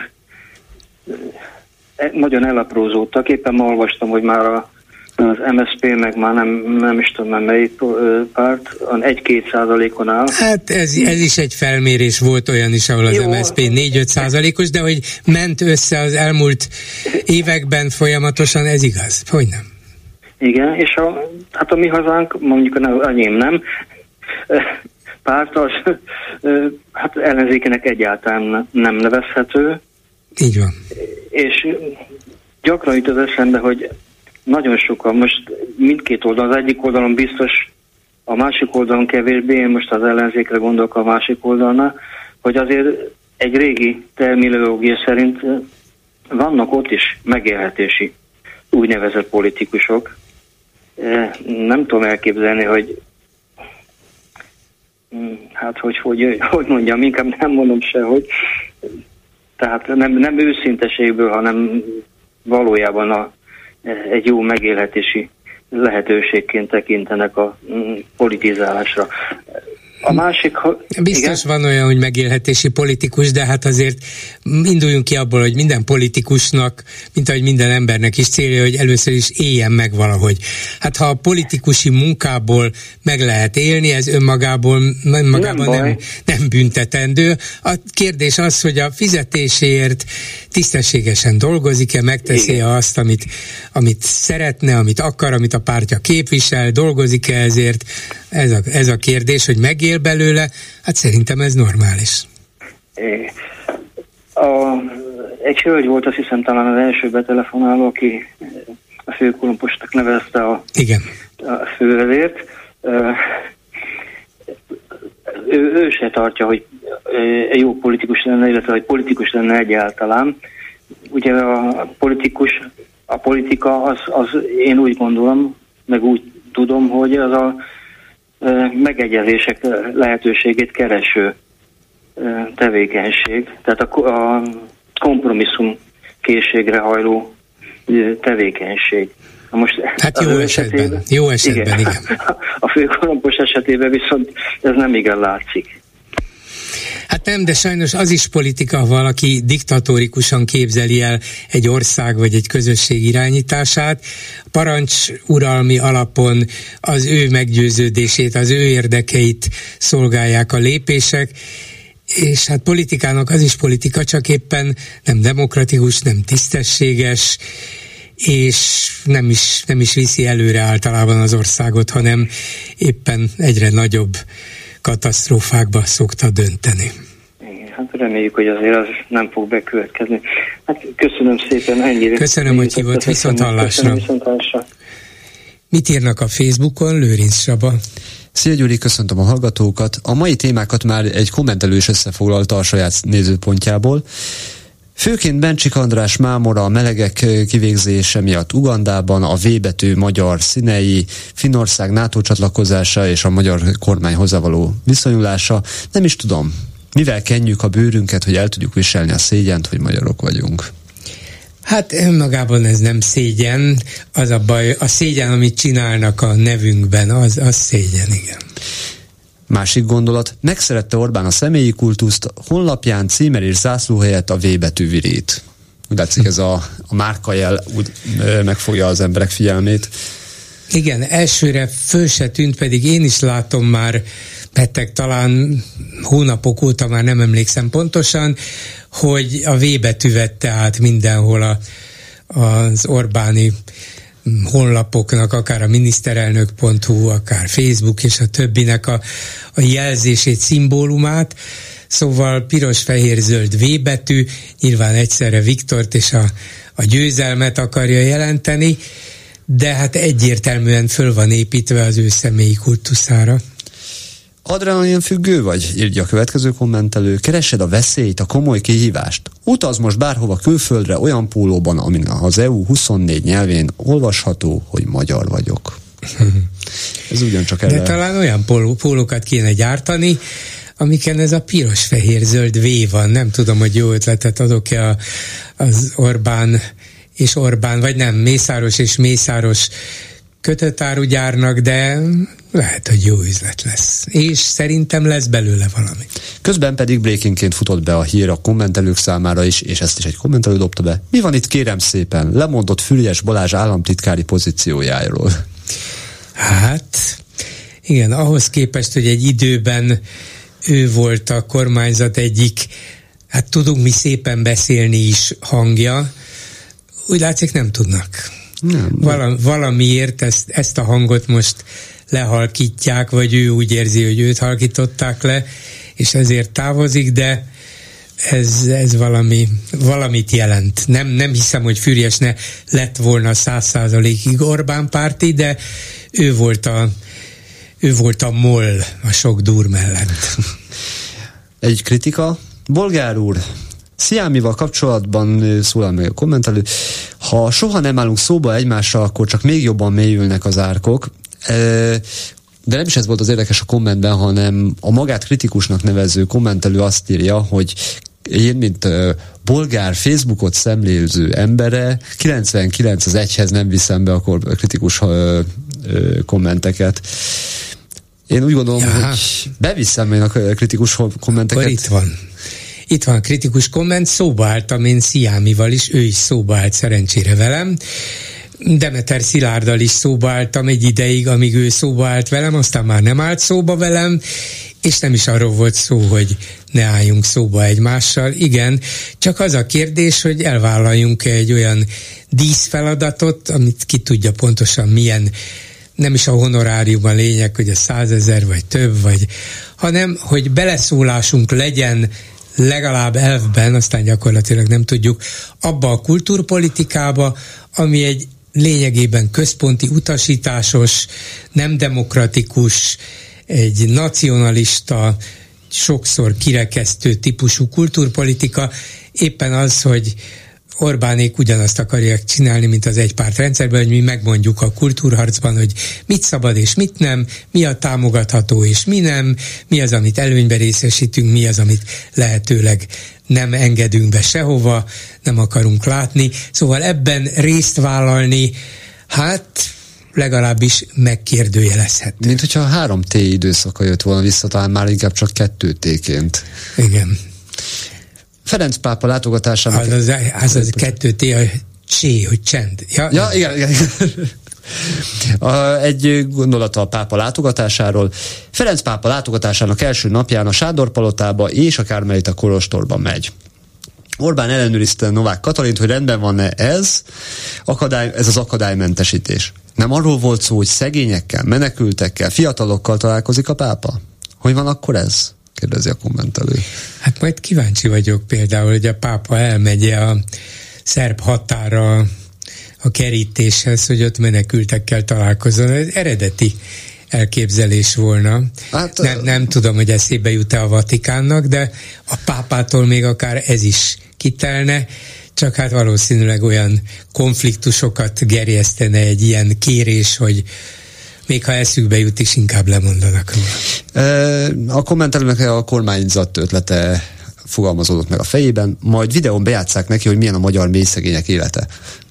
nagyon elaprózódtak. Éppen ma olvastam, hogy már a az em es zé pé meg már nem, nem is tudom, melyik párt, egy-két százalékon áll. Hát ez, ez is egy felmérés volt olyan is, ahol az Jó. em es zé pé négy-öt százalékos, de hogy ment össze az elmúlt években folyamatosan, ez igaz? Hogy nem? Igen, és a, hát a mi hazánk, mondjuk a enyém nem, párt az hát ellenzékének egyáltalán nem nevezhető. Így van. És gyakran jut az eszembe, hogy nagyon sokan, most mindkét oldalon, az egyik oldalon biztos, a másik oldalon kevésbé, én most az ellenzékre gondolok a másik oldalnál, hogy azért egy régi terminológia szerint vannak ott is megélhetési úgynevezett politikusok. Nem tudom elképzelni, hogy hát hogy, hogy, hogy mondjam, inkább nem mondom se, hogy tehát nem, nem őszinteségből, hanem valójában a egy jó megélhetési lehetőségként tekintenek a politizálásra. A másik... Biztos igen? Van olyan, hogy megélhetési politikus, de hát azért induljunk ki abból, hogy minden politikusnak, mint ahogy minden embernek is célja, hogy először is éljen meg valahogy. Hát ha a politikusi munkából meg lehet élni, ez önmagából, önmagában nem, nem, nem büntetendő. A kérdés az, hogy a fizetéséért tisztességesen dolgozik-e, megteszi-e azt, amit, amit szeretne, amit akar, amit a pártja képvisel, dolgozik-e ezért. Ez a, ez a kérdés, hogy megél belőle, hát szerintem ez normális. A, egy hölgy volt, azt hiszem talán az első betelefonáló, aki a főkolomposnak nevezte a, Igen. a fővezért. Ő, ő se tartja, hogy jó politikus lenne, illetve hogy politikus lenne egyáltalán. Ugye a politikus, a politika, az, az én úgy gondolom, meg úgy tudom, hogy az a megegyezések lehetőségét kereső tevékenység. Tehát a, a kompromisszum készségre hajló tevékenység. Na most hát jó esetben, esetében, jó esetben, igen. igen. A főkolompos esetében viszont ez nem igen látszik. Hát nem, de sajnos az is politika, ha valaki diktatórikusan képzeli el egy ország vagy egy közösség irányítását, parancsuralmi alapon az ő meggyőződését, az ő érdekeit szolgálják a lépések, és hát politikának az is politika, csak éppen nem demokratikus, nem tisztességes, és nem is, nem is viszi előre általában az országot, hanem éppen egyre nagyobb katasztrófákba szokta dönteni. Igen, hát reméljük, hogy azért az nem fog bekövetkezni. Hát köszönöm szépen, ennyire. Köszönöm, hogy hívott, viszont hallásra. Mit írnak a Facebookon, Lőrinc Csaba? Szia Gyuri, köszöntöm a hallgatókat. A mai témákat már egy kommentelő is összefoglalta a saját nézőpontjából. Főként Bencsik András mámora a melegek kivégzése miatt Ugandában, a V betű magyar színei, Finnország NATO csatlakozása és a magyar kormány hozzávaló viszonyulása. Nem is tudom, mivel kenjük a bőrünket, hogy el tudjuk viselni a szégyent, hogy magyarok vagyunk. Hát önmagában ez nem szégyen, az a baj, a szégyen, amit csinálnak a nevünkben, az, az szégyen, igen. Másik gondolat, megszerette Orbán a személyi kultuszt, honlapján címer és zászló helyett a V betű virít. Úgy látszik, ez a, a márkajel úgy ö, megfogja az emberek figyelmét. Igen, elsőre föl se tűnt, pedig én is látom már, pettek talán hónapok óta, már nem emlékszem pontosan, hogy a V betű vette át mindenhol a, az Orbáni honlapoknak, akár a miniszterelnök pont hu, akár Facebook és a többinek a, a jelzését, szimbólumát, szóval piros, fehér, zöld V betű, nyilván egyszerre Viktort és a, a győzelmet akarja jelenteni, de hát egyértelműen föl van építve az ő személyi kultuszára. Adrenalin függő vagy? Írja a következő kommentelő. Keresed a veszélyt, a komoly kihívást? Utazz most bárhova külföldre olyan pólóban, amin az é u huszonnégy nyelvén olvasható, hogy magyar vagyok. Ez ugyancsak erre... De talán olyan póló, pólókat kéne gyártani, amiken ez a piros-fehér-zöld V van. Nem tudom, hogy jó ötletet adok-e a, az Orbán és Orbán, vagy nem, Mészáros és Mészáros kötőtárugyárnak, de lehet, hogy jó üzlet lesz. És szerintem lesz belőle valami. Közben pedig breakingként futott be a hír a kommentelők számára is, és ezt is egy kommentelő dobta be. Mi van itt, kérem szépen? Lemondott Füriyes Balázs államtitkári pozíciójáról. Hát, igen, ahhoz képest, hogy egy időben ő volt a kormányzat egyik, hát tudunk mi szépen beszélni is hangja, úgy látszik nem tudnak. Nem, Val- valamiért ezt, ezt a hangot most lehalkítják, vagy ő úgy érzi, hogy őt halkították le, és ezért távozik, de ez, ez valami, valamit jelent. Nem, nem hiszem, hogy Füriyes ne lett volna száz százalékig Orbán párti, de ő volt a, ő volt a moll a sok dur mellett. Egy kritika. Bolgár úr, Sziámival kapcsolatban szólal meg a kommentelő. Ha soha nem állunk szóba egymással, akkor csak még jobban mélyülnek az árkok. De nem is ez volt az érdekes a kommentben, hanem a magát kritikusnak nevező kommentelő azt írja, hogy én, mint bolgár Facebookot szemlélző embere, kilencvenkilenc az egyhez nem viszem be a kritikus kommenteket. Én úgy gondolom, ja. hogy beviszem én a kritikus kommenteket. Akkor itt van. Itt van a kritikus komment, szóba álltam én Sziámival is, ő is szóba állt szerencsére velem. Demeter Szilárddal is szóba álltam egy ideig, amíg ő szóba állt velem, aztán már nem állt szóba velem, és nem is arról volt szó, hogy ne álljunk szóba egymással. Igen, csak az a kérdés, hogy elvállaljunk egy olyan díszfeladatot, amit ki tudja pontosan milyen, nem is a honorárium a lényeg, hogy a százezer vagy több, vagy, hanem, hogy beleszólásunk legyen legalább elvben, aztán gyakorlatilag nem tudjuk, abba a kultúrpolitikába, ami egy lényegében központi, utasításos, nem demokratikus, egy nacionalista, sokszor kirekesztő típusú kultúrpolitika, éppen az, hogy Orbánék ugyanazt akarják csinálni, mint az egypártrendszerben, hogy mi megmondjuk a kultúrharcban, hogy mit szabad és mit nem, mi a támogatható és mi nem, mi az, amit előnybe részesítünk, mi az, amit lehetőleg nem engedünk be sehova, nem akarunk látni. Szóval ebben részt vállalni, hát legalábbis megkérdőjelezhető. Mint hogyha a három té időszaka jött volna vissza, talán már inkább csak kettő té-ként. Igen. Ferenc pápa látogatásának... Az az, az, az kettő té, a csé, hogy csend. Ja, ja igen, igen. A, egy gondolata a pápa látogatásáról. Ferenc pápa látogatásának első napján a Sándor-palotába és a Kármelita kolostorba megy. Orbán ellenőrizte Novák Katalint, hogy rendben van-e ez, akadály, ez az akadálymentesítés. Nem arról volt szó, hogy szegényekkel, menekültekkel, fiatalokkal találkozik a pápa? Hogy van akkor ez? Kérdezi a kommentelő. Hát majd kíváncsi vagyok például, hogy a pápa elmegy a szerb határa a kerítéshez, hogy ott menekültekkel találkozzon. Ez eredeti elképzelés volna. Hát, nem, nem tudom, hogy eszébe jut-e a Vatikánnak, de a pápától még akár ez is kitelne, csak hát valószínűleg olyan konfliktusokat gerjesztene egy ilyen kérés, hogy még ha eszükbe jut is, inkább lemondanak róla. A kommentelőnek a kormányzat ötlete fogalmazódott meg a fejében, majd videón bejátsszák neki, hogy milyen a magyar mélyszegények élete.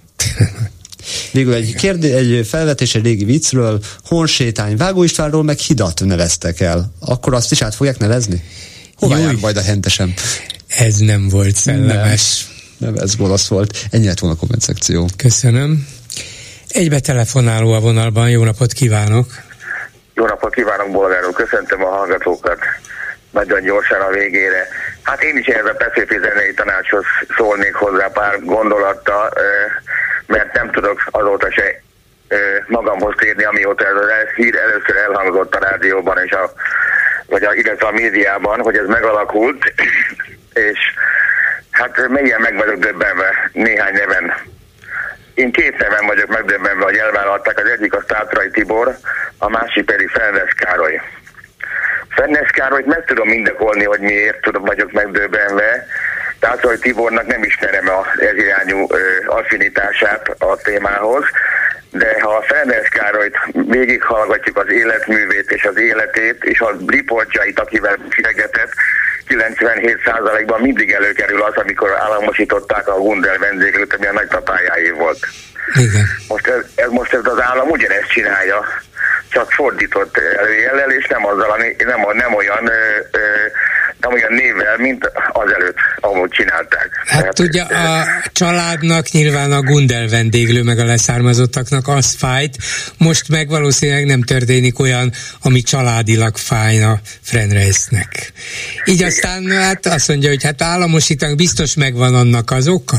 Végül egy, kérdé, egy felvetés egy régi viccről, honsétány Vágó Istvánról meg hidat neveztek el. Akkor azt is át fogják nevezni? Hová jár majd a hentesem? Ez nem volt szellemes. Nem, nem ez gonosz volt. Ennyi lett volna a komment szekció. Köszönöm. Egybe telefonáló a vonalban, jó napot kívánok! Jó napot kívánok, Bolgár úr, köszöntöm a hallgatókat nagyon gyorsan a végére. Hát én is ehhez a Petőfi zenei tanácshoz szólnék hozzá pár gondolattal, mert nem tudok azóta se magamhoz térni, amióta ez a hír először elhangzott a rádióban, és a, vagy a, illetve a médiában, hogy ez megalakult, és hát mélyen meg vagyok döbbenve néhány neven. Én két neven vagyok megdöbbenve, hogy elvállalták, az egyik a Tátrai Tibor, a másik pedig Fernesz Károly. Fernesz Károlyt meg tudom mindekolni, hogy miért tudom, vagyok megdöbbenve. Tátrai Tibornak nem ismerem az ez irányú ö, affinitását a témához, de ha a Fernesz Károlyt végighallgatjuk az életművét és az életét, és a riportjait, akivel fizegetett, kilencvenhét százalékban mindig előkerül az, amikor államosították a Gundel vendéglőt, ami a nagypapájáé volt. Igen. Most ez, ez, most ez az állam ugyanezt csinálja, csak fordított előjellel, és nem azzal, nem, nem olyan ö, ö, nem olyan névvel, mint azelőtt, ahogy csinálták. Hát Tehát, ugye a családnak nyilván a Gundel vendéglő, meg a leszármazottaknak az fájt, most meg valószínűleg nem történik olyan, ami családilag fájna Frenreisnek. Így igen. Aztán hát azt mondja, hogy hát államosítanak, biztos megvan annak az oka?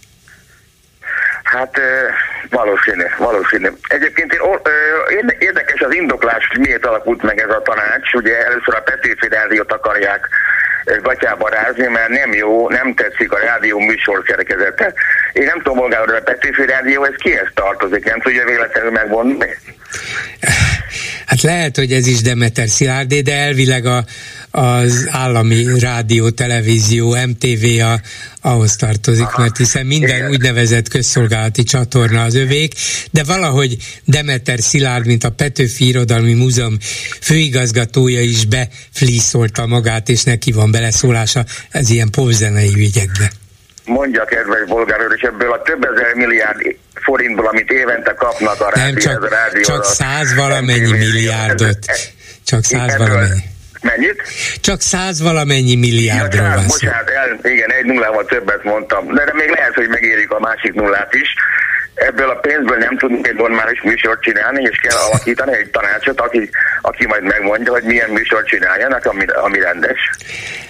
Hát valószínű, valószínű. Egyébként érdekes az indoklás, hogy miért alakult meg ez a tanács. Ugye először a Petőfi Rádiót akarják gatyába rázni, mert nem jó, nem tetszik a rádió műsor szerkezete. Én nem tudom, Bolgár, hogy a Petőfi Rádió, ez kihez tartozik? Nem tudja véletlenül megmondani? Hát lehet, hogy ez is Demeter Szilárdé, de elvileg a, az állami rádió, televízió, em té vé a, ahhoz tartozik, aha, mert hiszen minden igen. úgynevezett közszolgálati csatorna az övék, de valahogy Demeter Szilárd, mint a Petőfi Irodalmi Múzeum főigazgatója is beflíszolta magát, és neki van beleszólása ez ilyen popzenei ügyekbe. Mondja, kedves Bolgár úr, és ebből a több ezer milliárd forintból, amit évente kapnak a rádió, nem, csak, ez a rádió, csak száz valamennyi milliárdot. Csak száz valamennyi. Mennyit? Csak száz valamennyi milliárdról ja, van szó. Bocsánat, el, igen, egy nullával többet mondtam, de, de még lehet, hogy megérik a másik nullát is. Ebből a pénzből nem tudunk egy normális műsort csinálni, és kell alakítani egy tanácsot, aki, aki majd megmondja, hogy milyen műsort csináljanak, ami, ami rendes.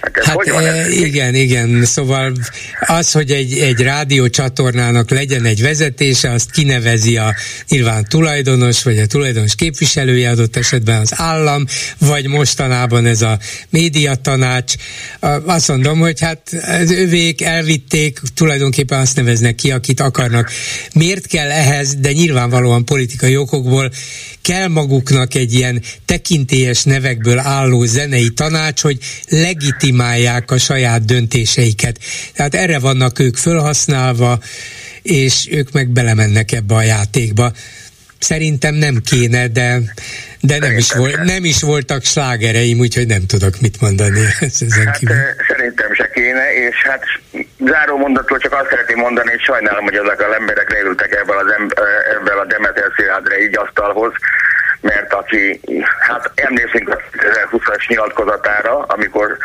Hát e, igen, igen, szóval az, hogy egy, egy rádiócsatornának legyen egy vezetése, azt kinevezi a nyilván tulajdonos, vagy a tulajdonos képviselője, adott esetben az állam, vagy mostanában ez a médiatanács. Azt mondom, hogy hát az övék elvitték, tulajdonképpen azt neveznek ki, akit akarnak. Miért kell ehhez, de nyilvánvalóan politikai okokból kell maguknak egy ilyen tekintélyes nevekből álló zenei tanács, hogy legitimálják a saját döntéseiket. Tehát erre vannak ők fölhasználva, és ők meg belemennek ebbe a játékba. Szerintem nem kéne, de, de nem, is volt, nem is voltak slágereim, úgyhogy nem tudok mit mondani ezen hát, kívül. Szerintem se kéne, és hát záró mondatról csak azt szeretném mondani, hogy sajnálom, hogy azok az emberek leültek ebből, az em- ebből a Demeter Szilárdra így asztalhoz, mert aki, hát emlékszünk a kétezer-húszas nyilatkozatára, amikor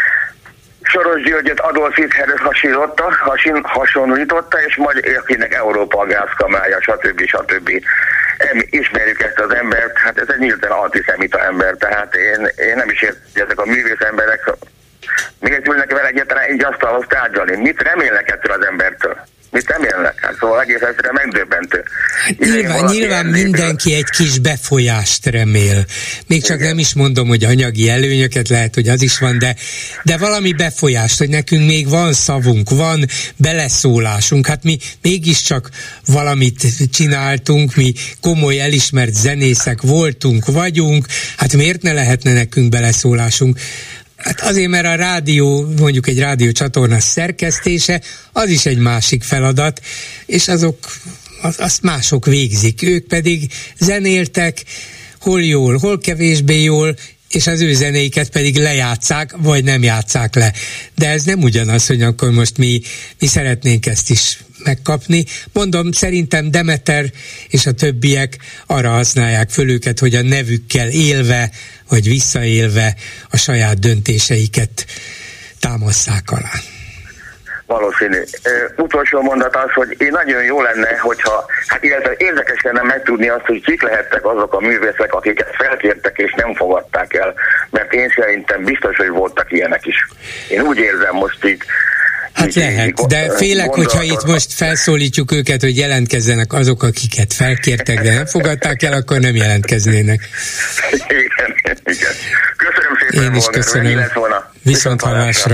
Soros Györgyöt Adolf Hitlerhez hasonlította, hasin, hasonlította, és majd akinek Európa a gázkamája, stb. stb. Ismerjük ezt az embert, hát ez egy nyíltan antiszemita ember, tehát én, én nem is értem, hogy ezek a művész emberek miért ülnek vele egyáltalán egy asztalhoz tárgyalni. Mit remélnek ettől az embertől? Mit remélnek? Hát szóval egész egyszerűen megdöbbentő. Hát nyilván, nyilván mindenki egy kis befolyást remél. Még csak igen. Nem is mondom, hogy anyagi előnyöket, lehet, hogy az is van, de, de valami befolyást, hogy nekünk még van szavunk, van beleszólásunk. Hát mi mégiscsak valamit csináltunk, mi komoly, elismert zenészek voltunk, vagyunk, hát miért ne lehetne nekünk beleszólásunk? Hát azért, mert a rádió, mondjuk egy rádiócsatorna szerkesztése, az is egy másik feladat, és azok, az, azt mások végzik. Ők pedig zenéltek, hol jól, hol kevésbé jól, és az ő zenéiket pedig lejátszák, vagy nem játszák le. De ez nem ugyanaz, hogy akkor most mi, mi szeretnénk ezt is megkapni. Mondom, szerintem Demeter és a többiek arra használják föl őket, hogy a nevükkel élve, vagy visszaélve a saját döntéseiket támasszák alá. Valószínű. Uh, utolsó mondat az, hogy én nagyon jó lenne, hogyha, hát illetve érdekes lenne megtudni azt, hogy kik lehettek azok a művészek, akiket felkértek és nem fogadták el, mert én szerintem biztos, hogy voltak ilyenek is. Én úgy érzem most így. Hát így, lehet, így, de félek, hogyha itt most felszólítjuk őket, hogy jelentkezzenek azok, akiket felkértek, de nem fogadták el, akkor nem jelentkeznének. Igen, igen. Köszönöm szépen. Én is volna, köszönöm. Viszont hallásra.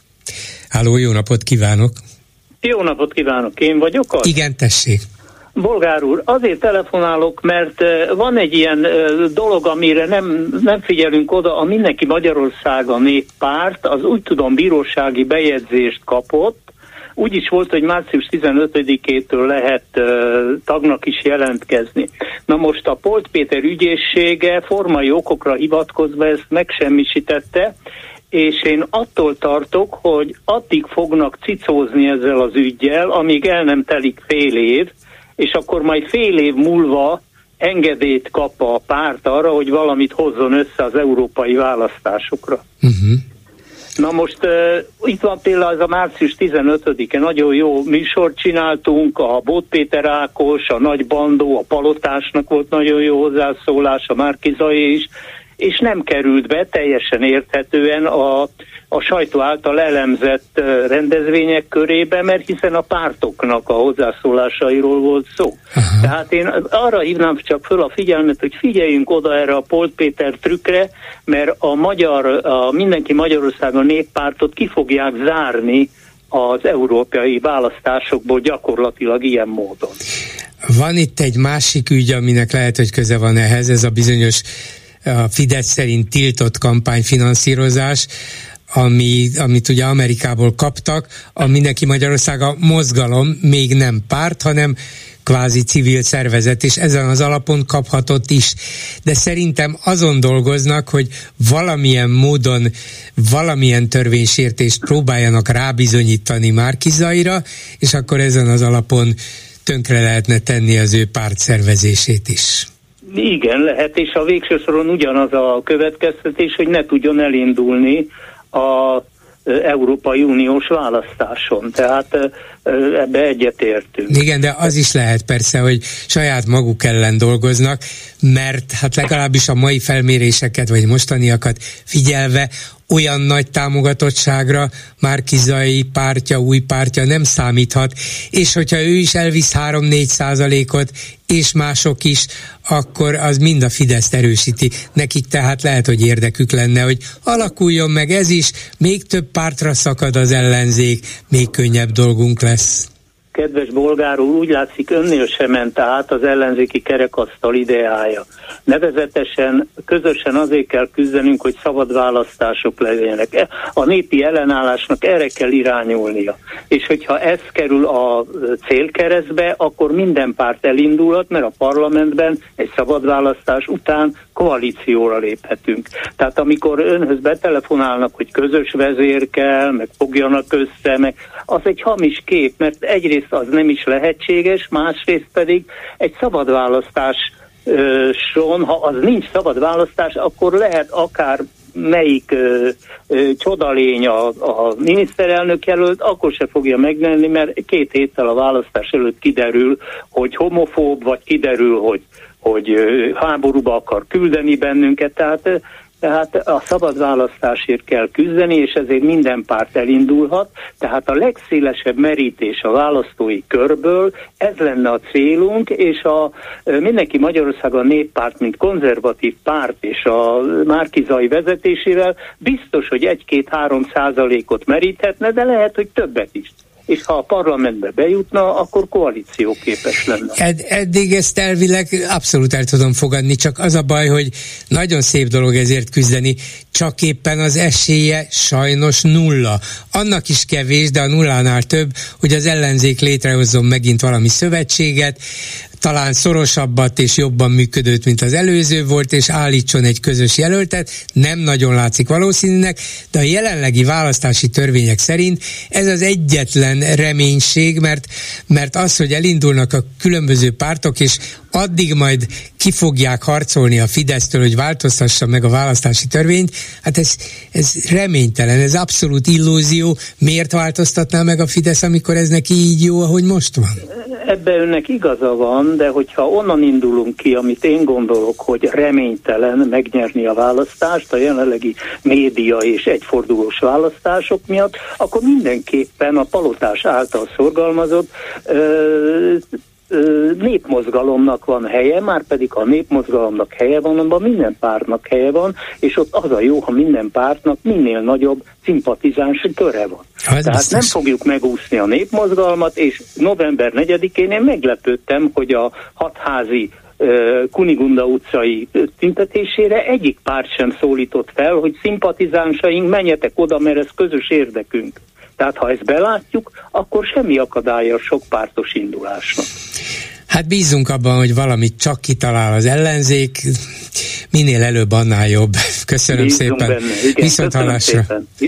Háló, jó napot kívánok! Jó napot kívánok, én vagyok az? Igen, tessék. Bolgár úr, azért telefonálok, mert van egy ilyen dolog, amire nem, nem figyelünk oda, a Mindenki Magyarország a Néppárt, az úgy tudom bírósági bejegyzést kapott, úgy is volt, hogy március tizenötödikétől lehet uh, tagnak is jelentkezni. Na most a Polt Péter ügyészsége formai okokra hivatkozva ezt megsemmisítette, és én attól tartok, hogy addig fognak cicózni ezzel az üggyel, amíg el nem telik fél év, és akkor majd fél év múlva engedélyt kap a párt arra, hogy valamit hozzon össze az európai választásokra. Uh-huh. Na most uh, itt van például ez a március tizenötödike, nagyon jó műsort csináltunk, a Bóth Péter Ákos, a Nagy Bandó, a Palotásnak volt nagyon jó hozzászólás, a Márki-Zay is, és nem került be teljesen érthetően a, a sajtó által elemzett rendezvények körébe, mert hiszen a pártoknak a hozzászólásairól volt szó. Aha. Tehát én arra hívnám csak föl a figyelmet, hogy figyeljünk oda erre a Polt Péter trükkre, mert a magyar, a Mindenki Magyarországon Néppártot ki fogják zárni az európai választásokból gyakorlatilag ilyen módon. Van itt egy másik ügy, aminek lehet, hogy köze van ehhez, ez a bizonyos a Fidesz szerint tiltott kampányfinanszírozás, ami, amit ugye Amerikából kaptak, a Mindenki Magyarország a mozgalom még nem párt, hanem kvázi civil szervezet, és ezen az alapon kaphatott is. De szerintem azon dolgoznak, hogy valamilyen módon, valamilyen törvénysértést próbáljanak rábizonyítani Márki-Zayra, és akkor ezen az alapon tönkre lehetne tenni az ő pártszervezését is. Igen, lehet, és a végső soron ugyanaz a következtetés, hogy ne tudjon elindulni a Európai Uniós választáson. Tehát ebbe egyetértünk. Igen, de az is lehet persze, hogy saját maguk ellen dolgoznak, mert hát legalábbis a mai felméréseket, vagy mostaniakat figyelve olyan nagy támogatottságra Márki-Zay pártja, új pártja nem számíthat, és hogyha ő is elvisz három-négy százalékot, és mások is, akkor az mind a Fideszt erősíti. Nekik tehát lehet, hogy érdekük lenne, hogy alakuljon meg ez is, még több pártra szakad az ellenzék, még könnyebb dolgunk lesz. Kedves bolgár úr, úgy látszik, önnél sem ment át az ellenzéki kerekasztal ideája. Nevezetesen, közösen azért kell küzdenünk, hogy szabad választások legyenek. A népi ellenállásnak erre kell irányulnia. És hogyha ez kerül a célkeresztbe, akkor minden párt elindulhat, mert a parlamentben egy szabad választás után koalícióra léphetünk. Tehát amikor önhöz betelefonálnak, hogy közös vezér kell, meg fogjanak össze, meg az egy hamis kép, mert egyrészt az nem is lehetséges, másrészt pedig egy szabad választás son, ha az nincs szabad választás, akkor lehet akár melyik ö, ö, csodalény a, a miniszterelnök jelölt, akkor se fogja megnyerni, mert két héttel a választás előtt kiderül, hogy homofób, vagy kiderül, hogy, hogy ö, háborúba akar küldeni bennünket, tehát Tehát a szabad választásért kell küzdeni, és ezért minden párt elindulhat. Tehát a legszélesebb merítés a választói körből, ez lenne a célunk, és a Mindenki Magyarország a Néppárt, mint konzervatív párt, és a Márki-Zay vezetésével biztos, hogy egy-két-három százalékot meríthetne, de lehet, hogy többet is. És ha a parlamentbe bejutna, akkor koalícióképes lenne. Ed- eddig ezt elvileg abszolút el tudom fogadni, csak az a baj, hogy nagyon szép dolog ezért küzdeni, csak éppen az esélye sajnos nulla. Annak is kevés, de a nullánál több, hogy az ellenzék létrehozzon megint valami szövetséget, talán szorosabbat és jobban működőt, mint az előző volt, és állítson egy közös jelöltet, nem nagyon látszik valószínűnek, de a jelenlegi választási törvények szerint ez az egyetlen reménység, mert, mert az, hogy elindulnak a különböző pártok, és addig majd ki fogják harcolni a Fidesztől, hogy változtassa meg a választási törvényt, hát ez, ez reménytelen, ez abszolút illúzió. Miért változtatná meg a Fidesz, amikor ez neki így jó, ahogy most van? Ebben önnek igaza van, de hogyha onnan indulunk ki, amit én gondolok, hogy reménytelen megnyerni a választást, a jelenlegi média és egyfordulós választások miatt, akkor mindenképpen a Palotás által szorgalmazott ö, népmozgalomnak van helye, már pedig a népmozgalomnak helye van, abban minden pártnak helye van, és ott az a jó, ha minden pártnak minél nagyobb szimpatizáns köre van. Hát Tehát biztos. Nem fogjuk megúszni a népmozgalmat, és november negyedikén én meglepődtem, hogy a hatházi Kunigunda utcai tüntetésére egyik párt sem szólított fel, hogy szimpatizánsaink, menjetek oda, mert ez közös érdekünk. Tehát ha ezt belátjuk, akkor semmi akadálya a sok pártos indulásnak. Hát bízunk abban, hogy valamit csak kitalál az ellenzék, minél előbb annál jobb. Köszönöm Bízunk szépen. Viszont hallásra.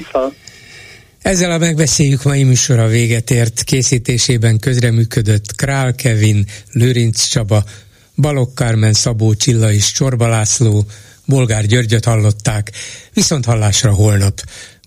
Ezzel a megbeszéljük mai műsora véget ért. Készítésében közreműködött Král Kevin, Lőrinc Csaba, Balogh Kármen, Szabó Csilla és Csorba László, Bolgár Györgyöt hallották. Viszont hallásra holnap.